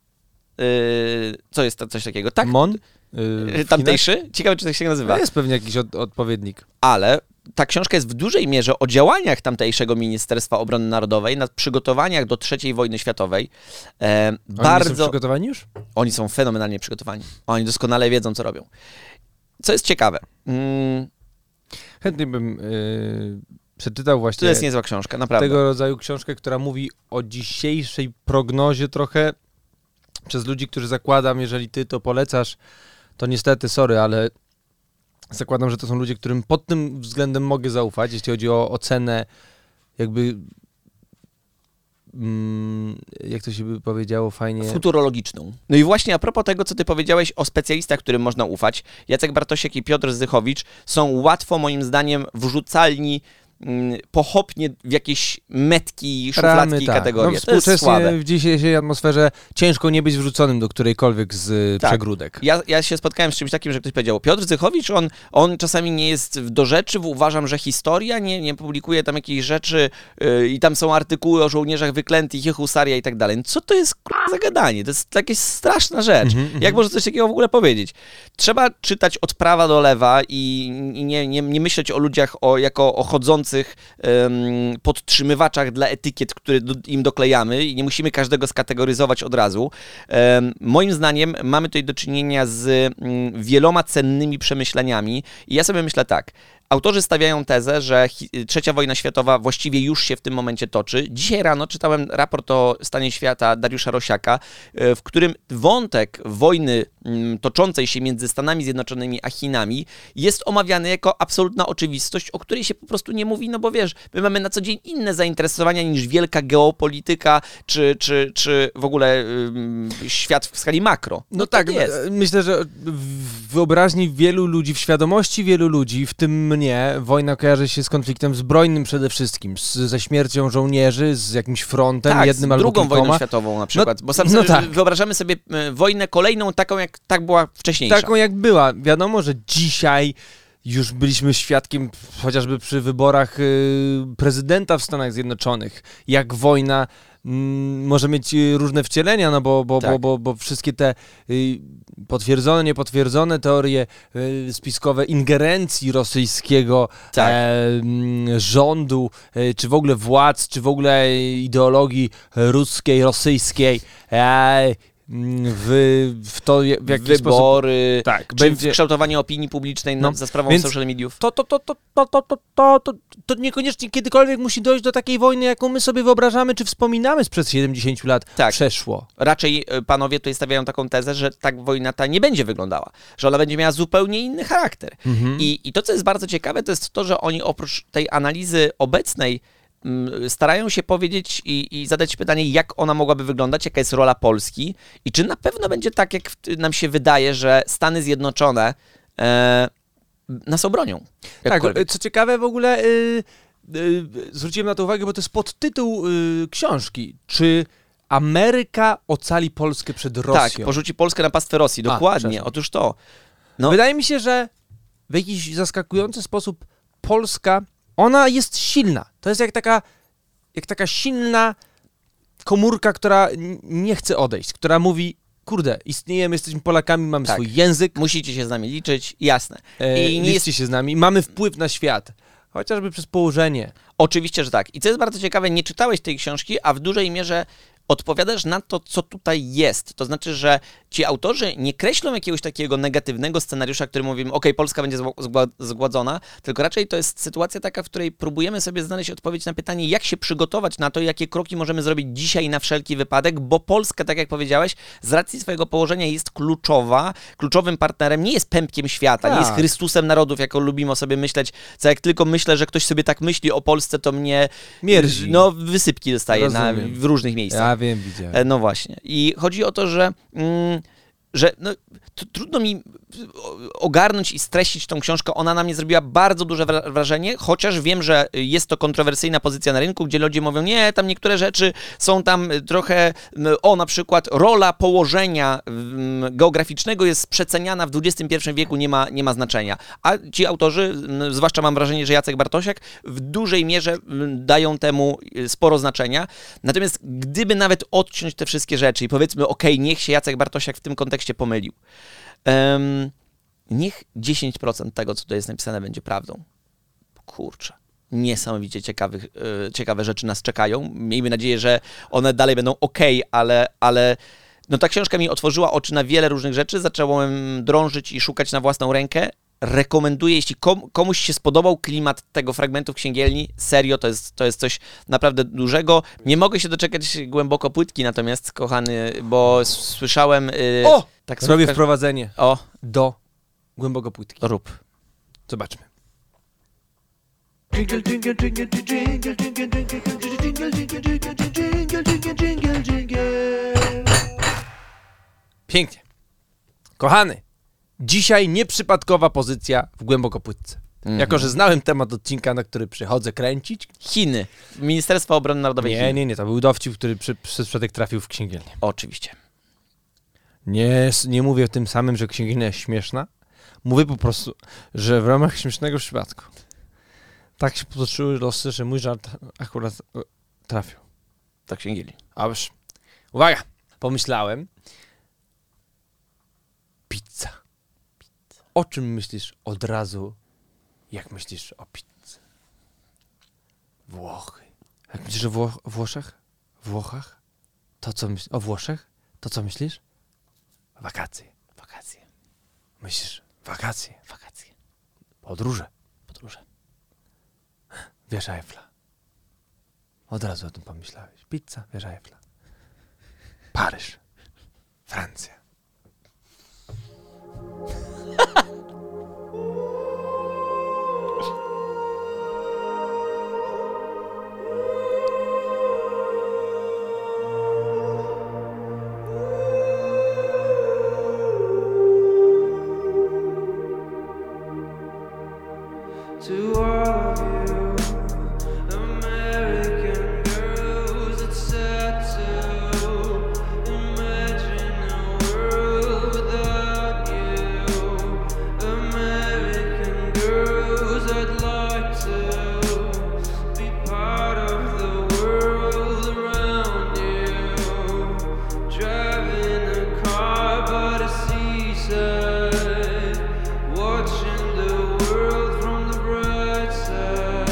Co jest to, coś takiego? Tak. Mon? Tamtejszy? Ciekawe, czy tak się nazywa. To jest pewnie jakiś odpowiednik. Ale ta książka jest w dużej mierze o działaniach tamtejszego Ministerstwa Obrony Narodowej, nad przygotowaniach do III wojny światowej. Oni są przygotowani już? Oni są fenomenalnie przygotowani. Oni doskonale wiedzą, co robią. Co jest ciekawe. Chętnie bym przeczytał właśnie To jest niezła książka, naprawdę. tego rodzaju książkę, która mówi o dzisiejszej prognozie trochę przez ludzi, którzy zakładam, jeżeli ty to polecasz, to niestety, sorry, ale zakładam, że to są ludzie, którym pod tym względem mogę zaufać, jeśli chodzi o ocenę jakby jak to się by powiedziało fajnie... Futurologiczną. No i właśnie a propos tego, co ty powiedziałeś o specjalistach, którym można ufać, Jacek Bartosiak i Piotr Zychowicz są łatwo, moim zdaniem, wrzucalni pochopnie w jakieś metki, szufladki, kategorie. No, to jest słabe. współcześnie w dzisiejszej atmosferze ciężko nie być wrzuconym do którejkolwiek z przegródek. Ja się spotkałem z czymś takim, że ktoś powiedział, Piotr Zychowicz, on czasami nie jest do rzeczy, uważam, że historia nie publikuje tam jakichś rzeczy i tam są artykuły o żołnierzach wyklętych, ich husaria i tak dalej. No co to jest za gadanie? To jest jakaś straszna rzecz. Jak można coś takiego w ogóle powiedzieć? Trzeba czytać od prawa do lewa i nie myśleć o ludziach jako o chodzących podtrzymywaczach dla etykiet, które im doklejamy i nie musimy każdego skategoryzować od razu. Moim zdaniem mamy tutaj do czynienia z wieloma cennymi przemyśleniami i ja sobie myślę tak, autorzy stawiają tezę, że trzecia wojna światowa właściwie już się w tym momencie toczy. Dzisiaj rano czytałem raport o stanie świata Dariusza Rosiaka, w którym wątek wojny toczącej się między Stanami Zjednoczonymi a Chinami jest omawiany jako absolutna oczywistość, o której się po prostu nie mówi, no bo wiesz, my mamy na co dzień inne zainteresowania niż wielka geopolityka, czy w ogóle świat w skali makro. No tak, jest. Myślę, że w wyobraźni wielu ludzi, w świadomości wielu ludzi, w tym mnie, wojna kojarzy się z konfliktem zbrojnym przede wszystkim, ze śmiercią żołnierzy, z jakimś frontem, jednym albo drugą kilkoma. wojną światową na przykład, bo sam sobie wyobrażamy sobie wojnę kolejną taką, jak tak była wcześniejsza. Taką jak była. Wiadomo, że dzisiaj już byliśmy świadkiem, chociażby przy wyborach prezydenta w Stanach Zjednoczonych, jak wojna może mieć różne wcielenia, no bo wszystkie te potwierdzone, niepotwierdzone teorie spiskowe ingerencji rosyjskiego rządu, czy w ogóle władz, czy w ogóle ideologii ruskiej, rosyjskiej, w to, w jaki wybory, sposób, czy w kształtowanie opinii publicznej za sprawą social mediów. To niekoniecznie kiedykolwiek musi dojść do takiej wojny, jaką my sobie wyobrażamy, czy wspominamy sprzed 70 lat. Przeszło. Raczej panowie tutaj stawiają taką tezę, że tak wojna ta nie będzie wyglądała, że ona będzie miała zupełnie inny charakter. I to, co jest bardzo ciekawe, to jest to, że oni oprócz tej analizy obecnej starają się powiedzieć i zadać pytanie, jak ona mogłaby wyglądać, jaka jest rola Polski i czy na pewno będzie tak, jak nam się wydaje, że Stany Zjednoczone nas obronią. Tak, co ciekawe w ogóle zwróciłem na to uwagę, bo to jest podtytuł książki. Czy Ameryka ocali Polskę przed Rosją? Tak, porzuci Polskę na pastwę Rosji, dokładnie. Otóż to. No. Wydaje mi się, że w jakiś zaskakujący sposób Polska, ona jest silna. To jest jak taka silna komórka, która nie chce odejść, która mówi, kurde, istniejemy, jesteśmy Polakami, mamy swój język. Musicie się z nami liczyć, jasne. I nie liczcie się z nami, mamy wpływ na świat. Chociażby przez położenie. Oczywiście, że tak. I co jest bardzo ciekawe, nie czytałeś tej książki, a w dużej mierze odpowiadasz na to, co tutaj jest. To znaczy, że ci autorzy nie kreślą jakiegoś takiego negatywnego scenariusza, który mówimy, Polska będzie zgładzona, tylko raczej to jest sytuacja taka, w której próbujemy sobie znaleźć odpowiedź na pytanie, jak się przygotować na to, jakie kroki możemy zrobić dzisiaj na wszelki wypadek, bo Polska, tak jak powiedziałeś, z racji swojego położenia jest kluczowym partnerem, nie jest pępkiem świata, nie jest Chrystusem narodów, jako lubimy o sobie myśleć, co jak tylko myślę, że ktoś sobie tak myśli o Polsce, to mnie mierzi. Wysypki dostaje w różnych miejscach. Ja wiem, widziałem. No właśnie. I chodzi o to, że trudno mi ogarnąć i streścić tą książkę. Ona na mnie zrobiła bardzo duże wrażenie, chociaż wiem, że jest to kontrowersyjna pozycja na rynku, gdzie ludzie mówią, nie, tam niektóre rzeczy są tam trochę, na przykład rola położenia geograficznego jest przeceniana w XXI wieku, nie ma znaczenia. A ci autorzy, zwłaszcza mam wrażenie, że Jacek Bartosiak, w dużej mierze dają temu sporo znaczenia. Natomiast gdyby nawet odciąć te wszystkie rzeczy i powiedzmy, niech się Jacek Bartosiak w tym kontekście pomylił, niech 10% tego, co tutaj jest napisane, będzie prawdą. Kurczę. Niesamowicie ciekawe rzeczy nas czekają. Miejmy nadzieję, że one dalej będą ale ta książka mi otworzyła oczy na wiele różnych rzeczy. Zacząłem drążyć i szukać na własną rękę. Rekomenduję, jeśli komuś się spodobał klimat tego fragmentu w księgielni, serio, to jest coś naprawdę dużego. Nie mogę się doczekać Głęboko Płytki natomiast, kochany, bo słyszałem... Zrobię wprowadzenie do Głęboko Płytki. Rób. Zobaczmy. Pięknie. Kochany, dzisiaj nieprzypadkowa pozycja w Głęboko Płytce. Jako, że znałem temat odcinka, na który przychodzę kręcić. Chiny. Ministerstwo Obrony Narodowej Chin. Nie, to był dowcip, który przez przypadek trafił w księgielnię. Oczywiście. Nie mówię tym samym, że księgielnia jest śmieszna. Mówię po prostu, że w ramach śmiesznego przypadku tak się potoczyły losy, że mój żart akurat trafił. Do księgielni. A już, uwaga, pomyślałem. Pizza. O czym myślisz od razu, jak myślisz o pizzy? Włochy. Jak myślisz o Włoszech? Włochach? To co myślisz? O Włoszech? To co myślisz? Wakacje. Myślisz? Wakacje. Podróże. Wieża Eiffla. Od razu o tym pomyślałeś. Pizza, wieża Eiffla. Paryż. Francja. To all of you, American girls, it's sad to imagine a world without you. American girls, I'd like to be part of the world around you. Driving a car by the seaside, watching the world from the bright side.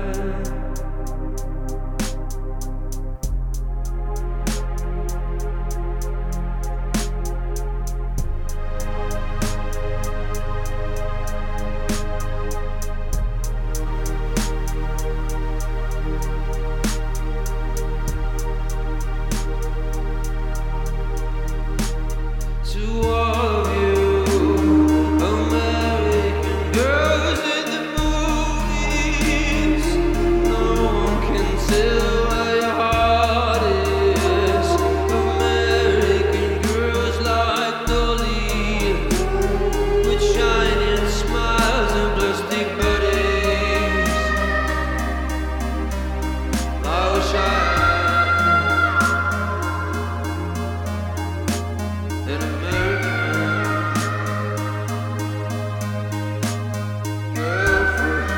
To all of you, American girls in the movies, no one can tell where your heart is. American girls like Dolly, with shining smiles and plastic bodies. I wish an American girlfriend.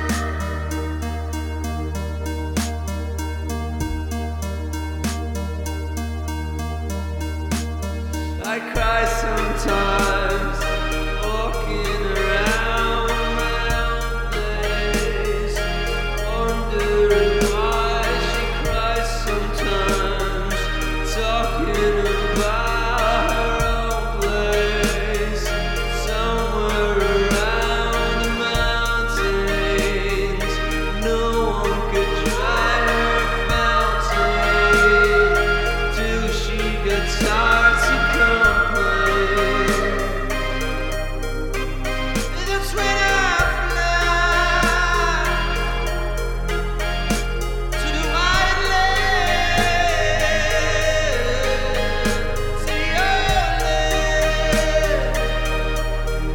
I cry sometimes, walking around my own place, wondering why she cries sometimes, talking about her own place, somewhere around the mountains. No one could dry her fountain till she got tired to complain. And that's when I fly to the white land, to your land.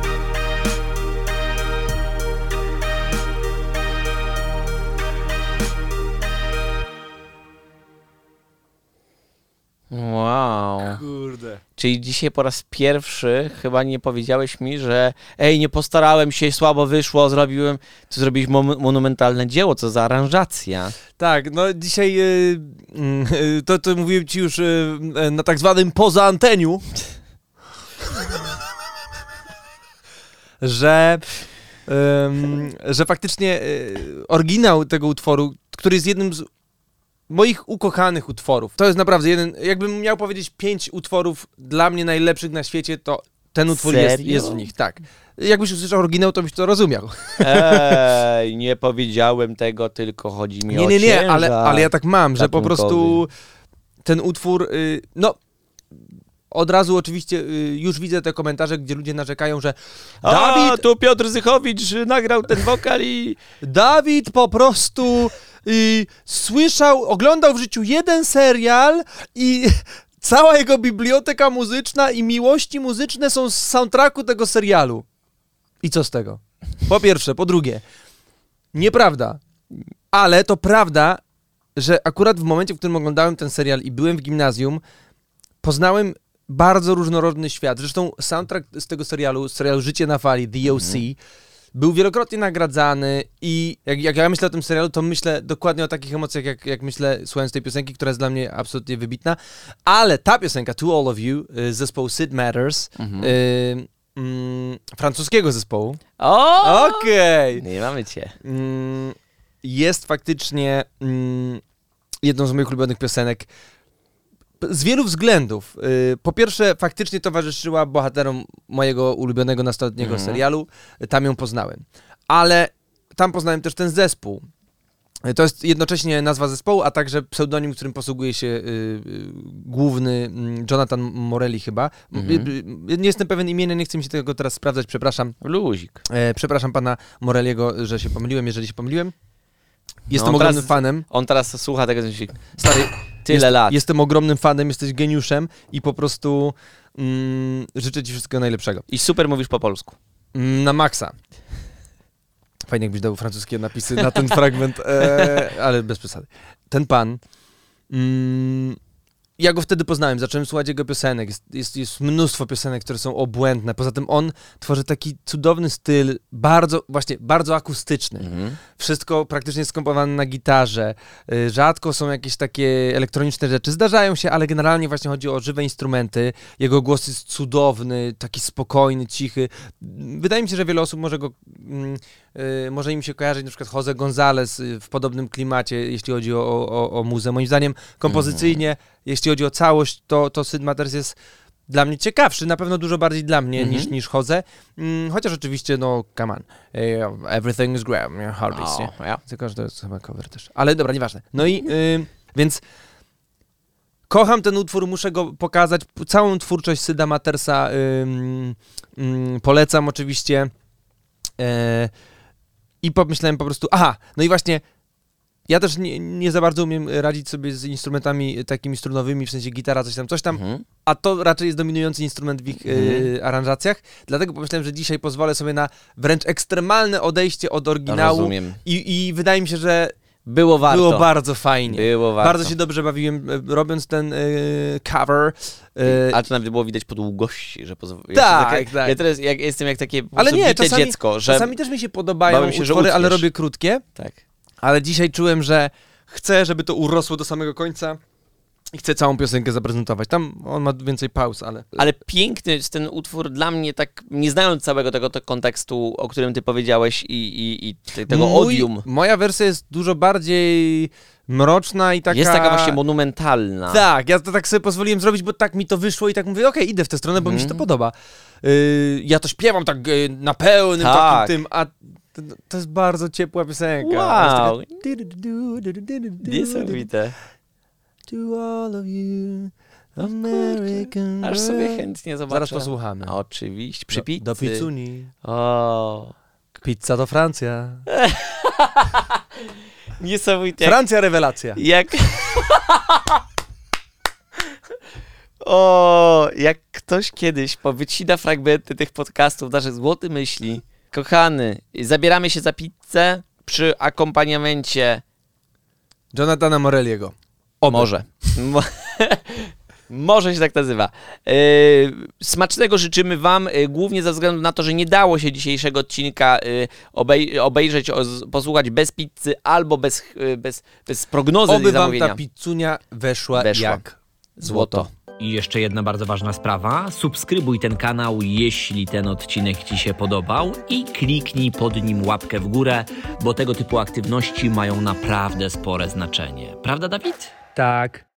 Wow. Kurde. Czyli dzisiaj po raz pierwszy chyba nie powiedziałeś mi, że nie postarałem się, słabo wyszło, tu zrobiłeś monumentalne dzieło, co za aranżacja. Tak, no dzisiaj to mówiłem ci już na tak zwanym poza anteniu, że faktycznie oryginał tego utworu, który jest jednym z moich ukochanych utworów. To jest naprawdę jeden, jakbym miał powiedzieć 5 utworów dla mnie najlepszych na świecie, to ten utwór jest w nich, tak. Jakbyś usłyszał oryginał, to byś to rozumiał. Nie powiedziałem tego, tylko chodzi mi o Nie, ciężar ale ja tak mam, że po gatunkowy. prostu ten utwór, od razu oczywiście już widzę te komentarze, gdzie ludzie narzekają, że tu Piotr Zychowicz nagrał ten wokal i... Dawid po prostu oglądał w życiu jeden serial i cała jego biblioteka muzyczna i miłości muzyczne są z soundtracku tego serialu. I co z tego? Po pierwsze. Po drugie, nieprawda. Ale to prawda, że akurat w momencie, w którym oglądałem ten serial i byłem w gimnazjum, poznałem bardzo różnorodny świat. Zresztą soundtrack z tego serialu, Życie na fali, The OC, był wielokrotnie nagradzany i jak ja myślę o tym serialu, to myślę dokładnie o takich emocjach, jak myślę słuchając tej piosenki, która jest dla mnie absolutnie wybitna. Ale ta piosenka, To All of You, z zespołu Sid Matters, francuskiego zespołu. O! Okej. Nie mamy cię. Jest faktycznie jedną z moich ulubionych piosenek. Z wielu względów. Po pierwsze, faktycznie towarzyszyła bohaterom mojego ulubionego nastoletniego serialu. Tam ją poznałem. Ale tam poznałem też ten zespół. To jest jednocześnie nazwa zespołu, a także pseudonim, którym posługuje się główny Jonathan Morelli chyba. Nie jestem pewien imienia, nie chcę mi się tego teraz sprawdzać, przepraszam. Luzik. Przepraszam pana Morelliego, że się pomyliłem, jeżeli się pomyliłem. Jestem on ogromnym teraz- fanem. On teraz słucha tego, co myśli. Stary, Tyle lat. Jestem ogromnym fanem, jesteś geniuszem i po prostu życzę ci wszystkiego najlepszego. I super mówisz po polsku. Na maksa. Fajnie, jakbyś dał francuskie napisy na ten fragment, ale bez przesady. Ten pan, ja go wtedy poznałem, zacząłem słuchać jego piosenek. Jest mnóstwo piosenek, które są obłędne. Poza tym on tworzy taki cudowny styl, bardzo akustyczny. Wszystko praktycznie skomponowane na gitarze. Rzadko są jakieś takie elektroniczne rzeczy. Zdarzają się, ale generalnie właśnie chodzi o żywe instrumenty. Jego głos jest cudowny, taki spokojny, cichy. Wydaje mi się, że wiele osób może im się kojarzyć na przykład Jose Gonzalez w podobnym klimacie, jeśli chodzi o muzę. Moim zdaniem kompozycyjnie, jeśli chodzi o całość, to Sid Matters jest dla mnie ciekawszy, na pewno dużo bardziej dla mnie niż Jose. Chociaż oczywiście, no, come on, everything is great, Heartbeats, nie? Ja. Tylko, że to jest chyba cover też. Ale dobra, nieważne. No i, więc kocham ten utwór, muszę go pokazać. Całą twórczość Sida Mattersa polecam oczywiście. I pomyślałem po prostu, no i właśnie, ja też nie za bardzo umiem radzić sobie z instrumentami takimi strunowymi, w sensie gitara, coś tam, a to raczej jest dominujący instrument w ich aranżacjach, dlatego pomyślałem, że dzisiaj pozwolę sobie na wręcz ekstremalne odejście od oryginału. Rozumiem. I wydaje mi się, że Było warto. było bardzo fajnie. Było warto. Bardzo się dobrze bawiłem robiąc ten cover. Ale to nawet było widać po długości, że Tak. Ja teraz jestem jak takie po Ale prostu nie, bite czasami, dziecko, że... czasami też mi się podobają bałem się, że utwory, ale utkniesz. robię krótkie. Tak. Ale dzisiaj czułem, że chcę, żeby to urosło do samego końca i chcę całą piosenkę zaprezentować. Tam on ma więcej pauz, ale... Ale piękny jest ten utwór dla mnie, tak nie znając całego tego kontekstu, o którym ty powiedziałeś i tego odium. Moja wersja jest dużo bardziej mroczna i taka... Jest taka właśnie monumentalna. Tak, ja to tak sobie pozwoliłem zrobić, bo tak mi to wyszło i tak mówię, okej, idę w tę stronę, bo mi się to podoba. Ja to śpiewam tak na pełnym Tak. takim tym, a to jest bardzo ciepła piosenka. Wow. To jest taka... Niesamowite. To all of you, American. Aż sobie chętnie zobaczę. Zaraz posłuchamy. Oczywiście, przy pizzy. Do pizzuni. O. Pizza to Francja. Niesamowite. Francja rewelacja. Jak... O, jak ktoś kiedyś powycina fragmenty tych podcastów, nasze złote myśli. Kochany, zabieramy się za pizzę przy akompaniamencie. Jonathana Morelliego. Może. Może się tak nazywa. Smacznego życzymy wam, głównie ze względu na to, że nie dało się dzisiejszego odcinka obejrzeć, posłuchać bez pizzy albo bez prognozy Oby wam zamówienia. ta pizzunia weszła jak Złoto. I jeszcze jedna bardzo ważna sprawa. Subskrybuj ten kanał, jeśli ten odcinek Ci się podobał i kliknij pod nim łapkę w górę, bo tego typu aktywności mają naprawdę spore znaczenie. Prawda, Dawid? Tak.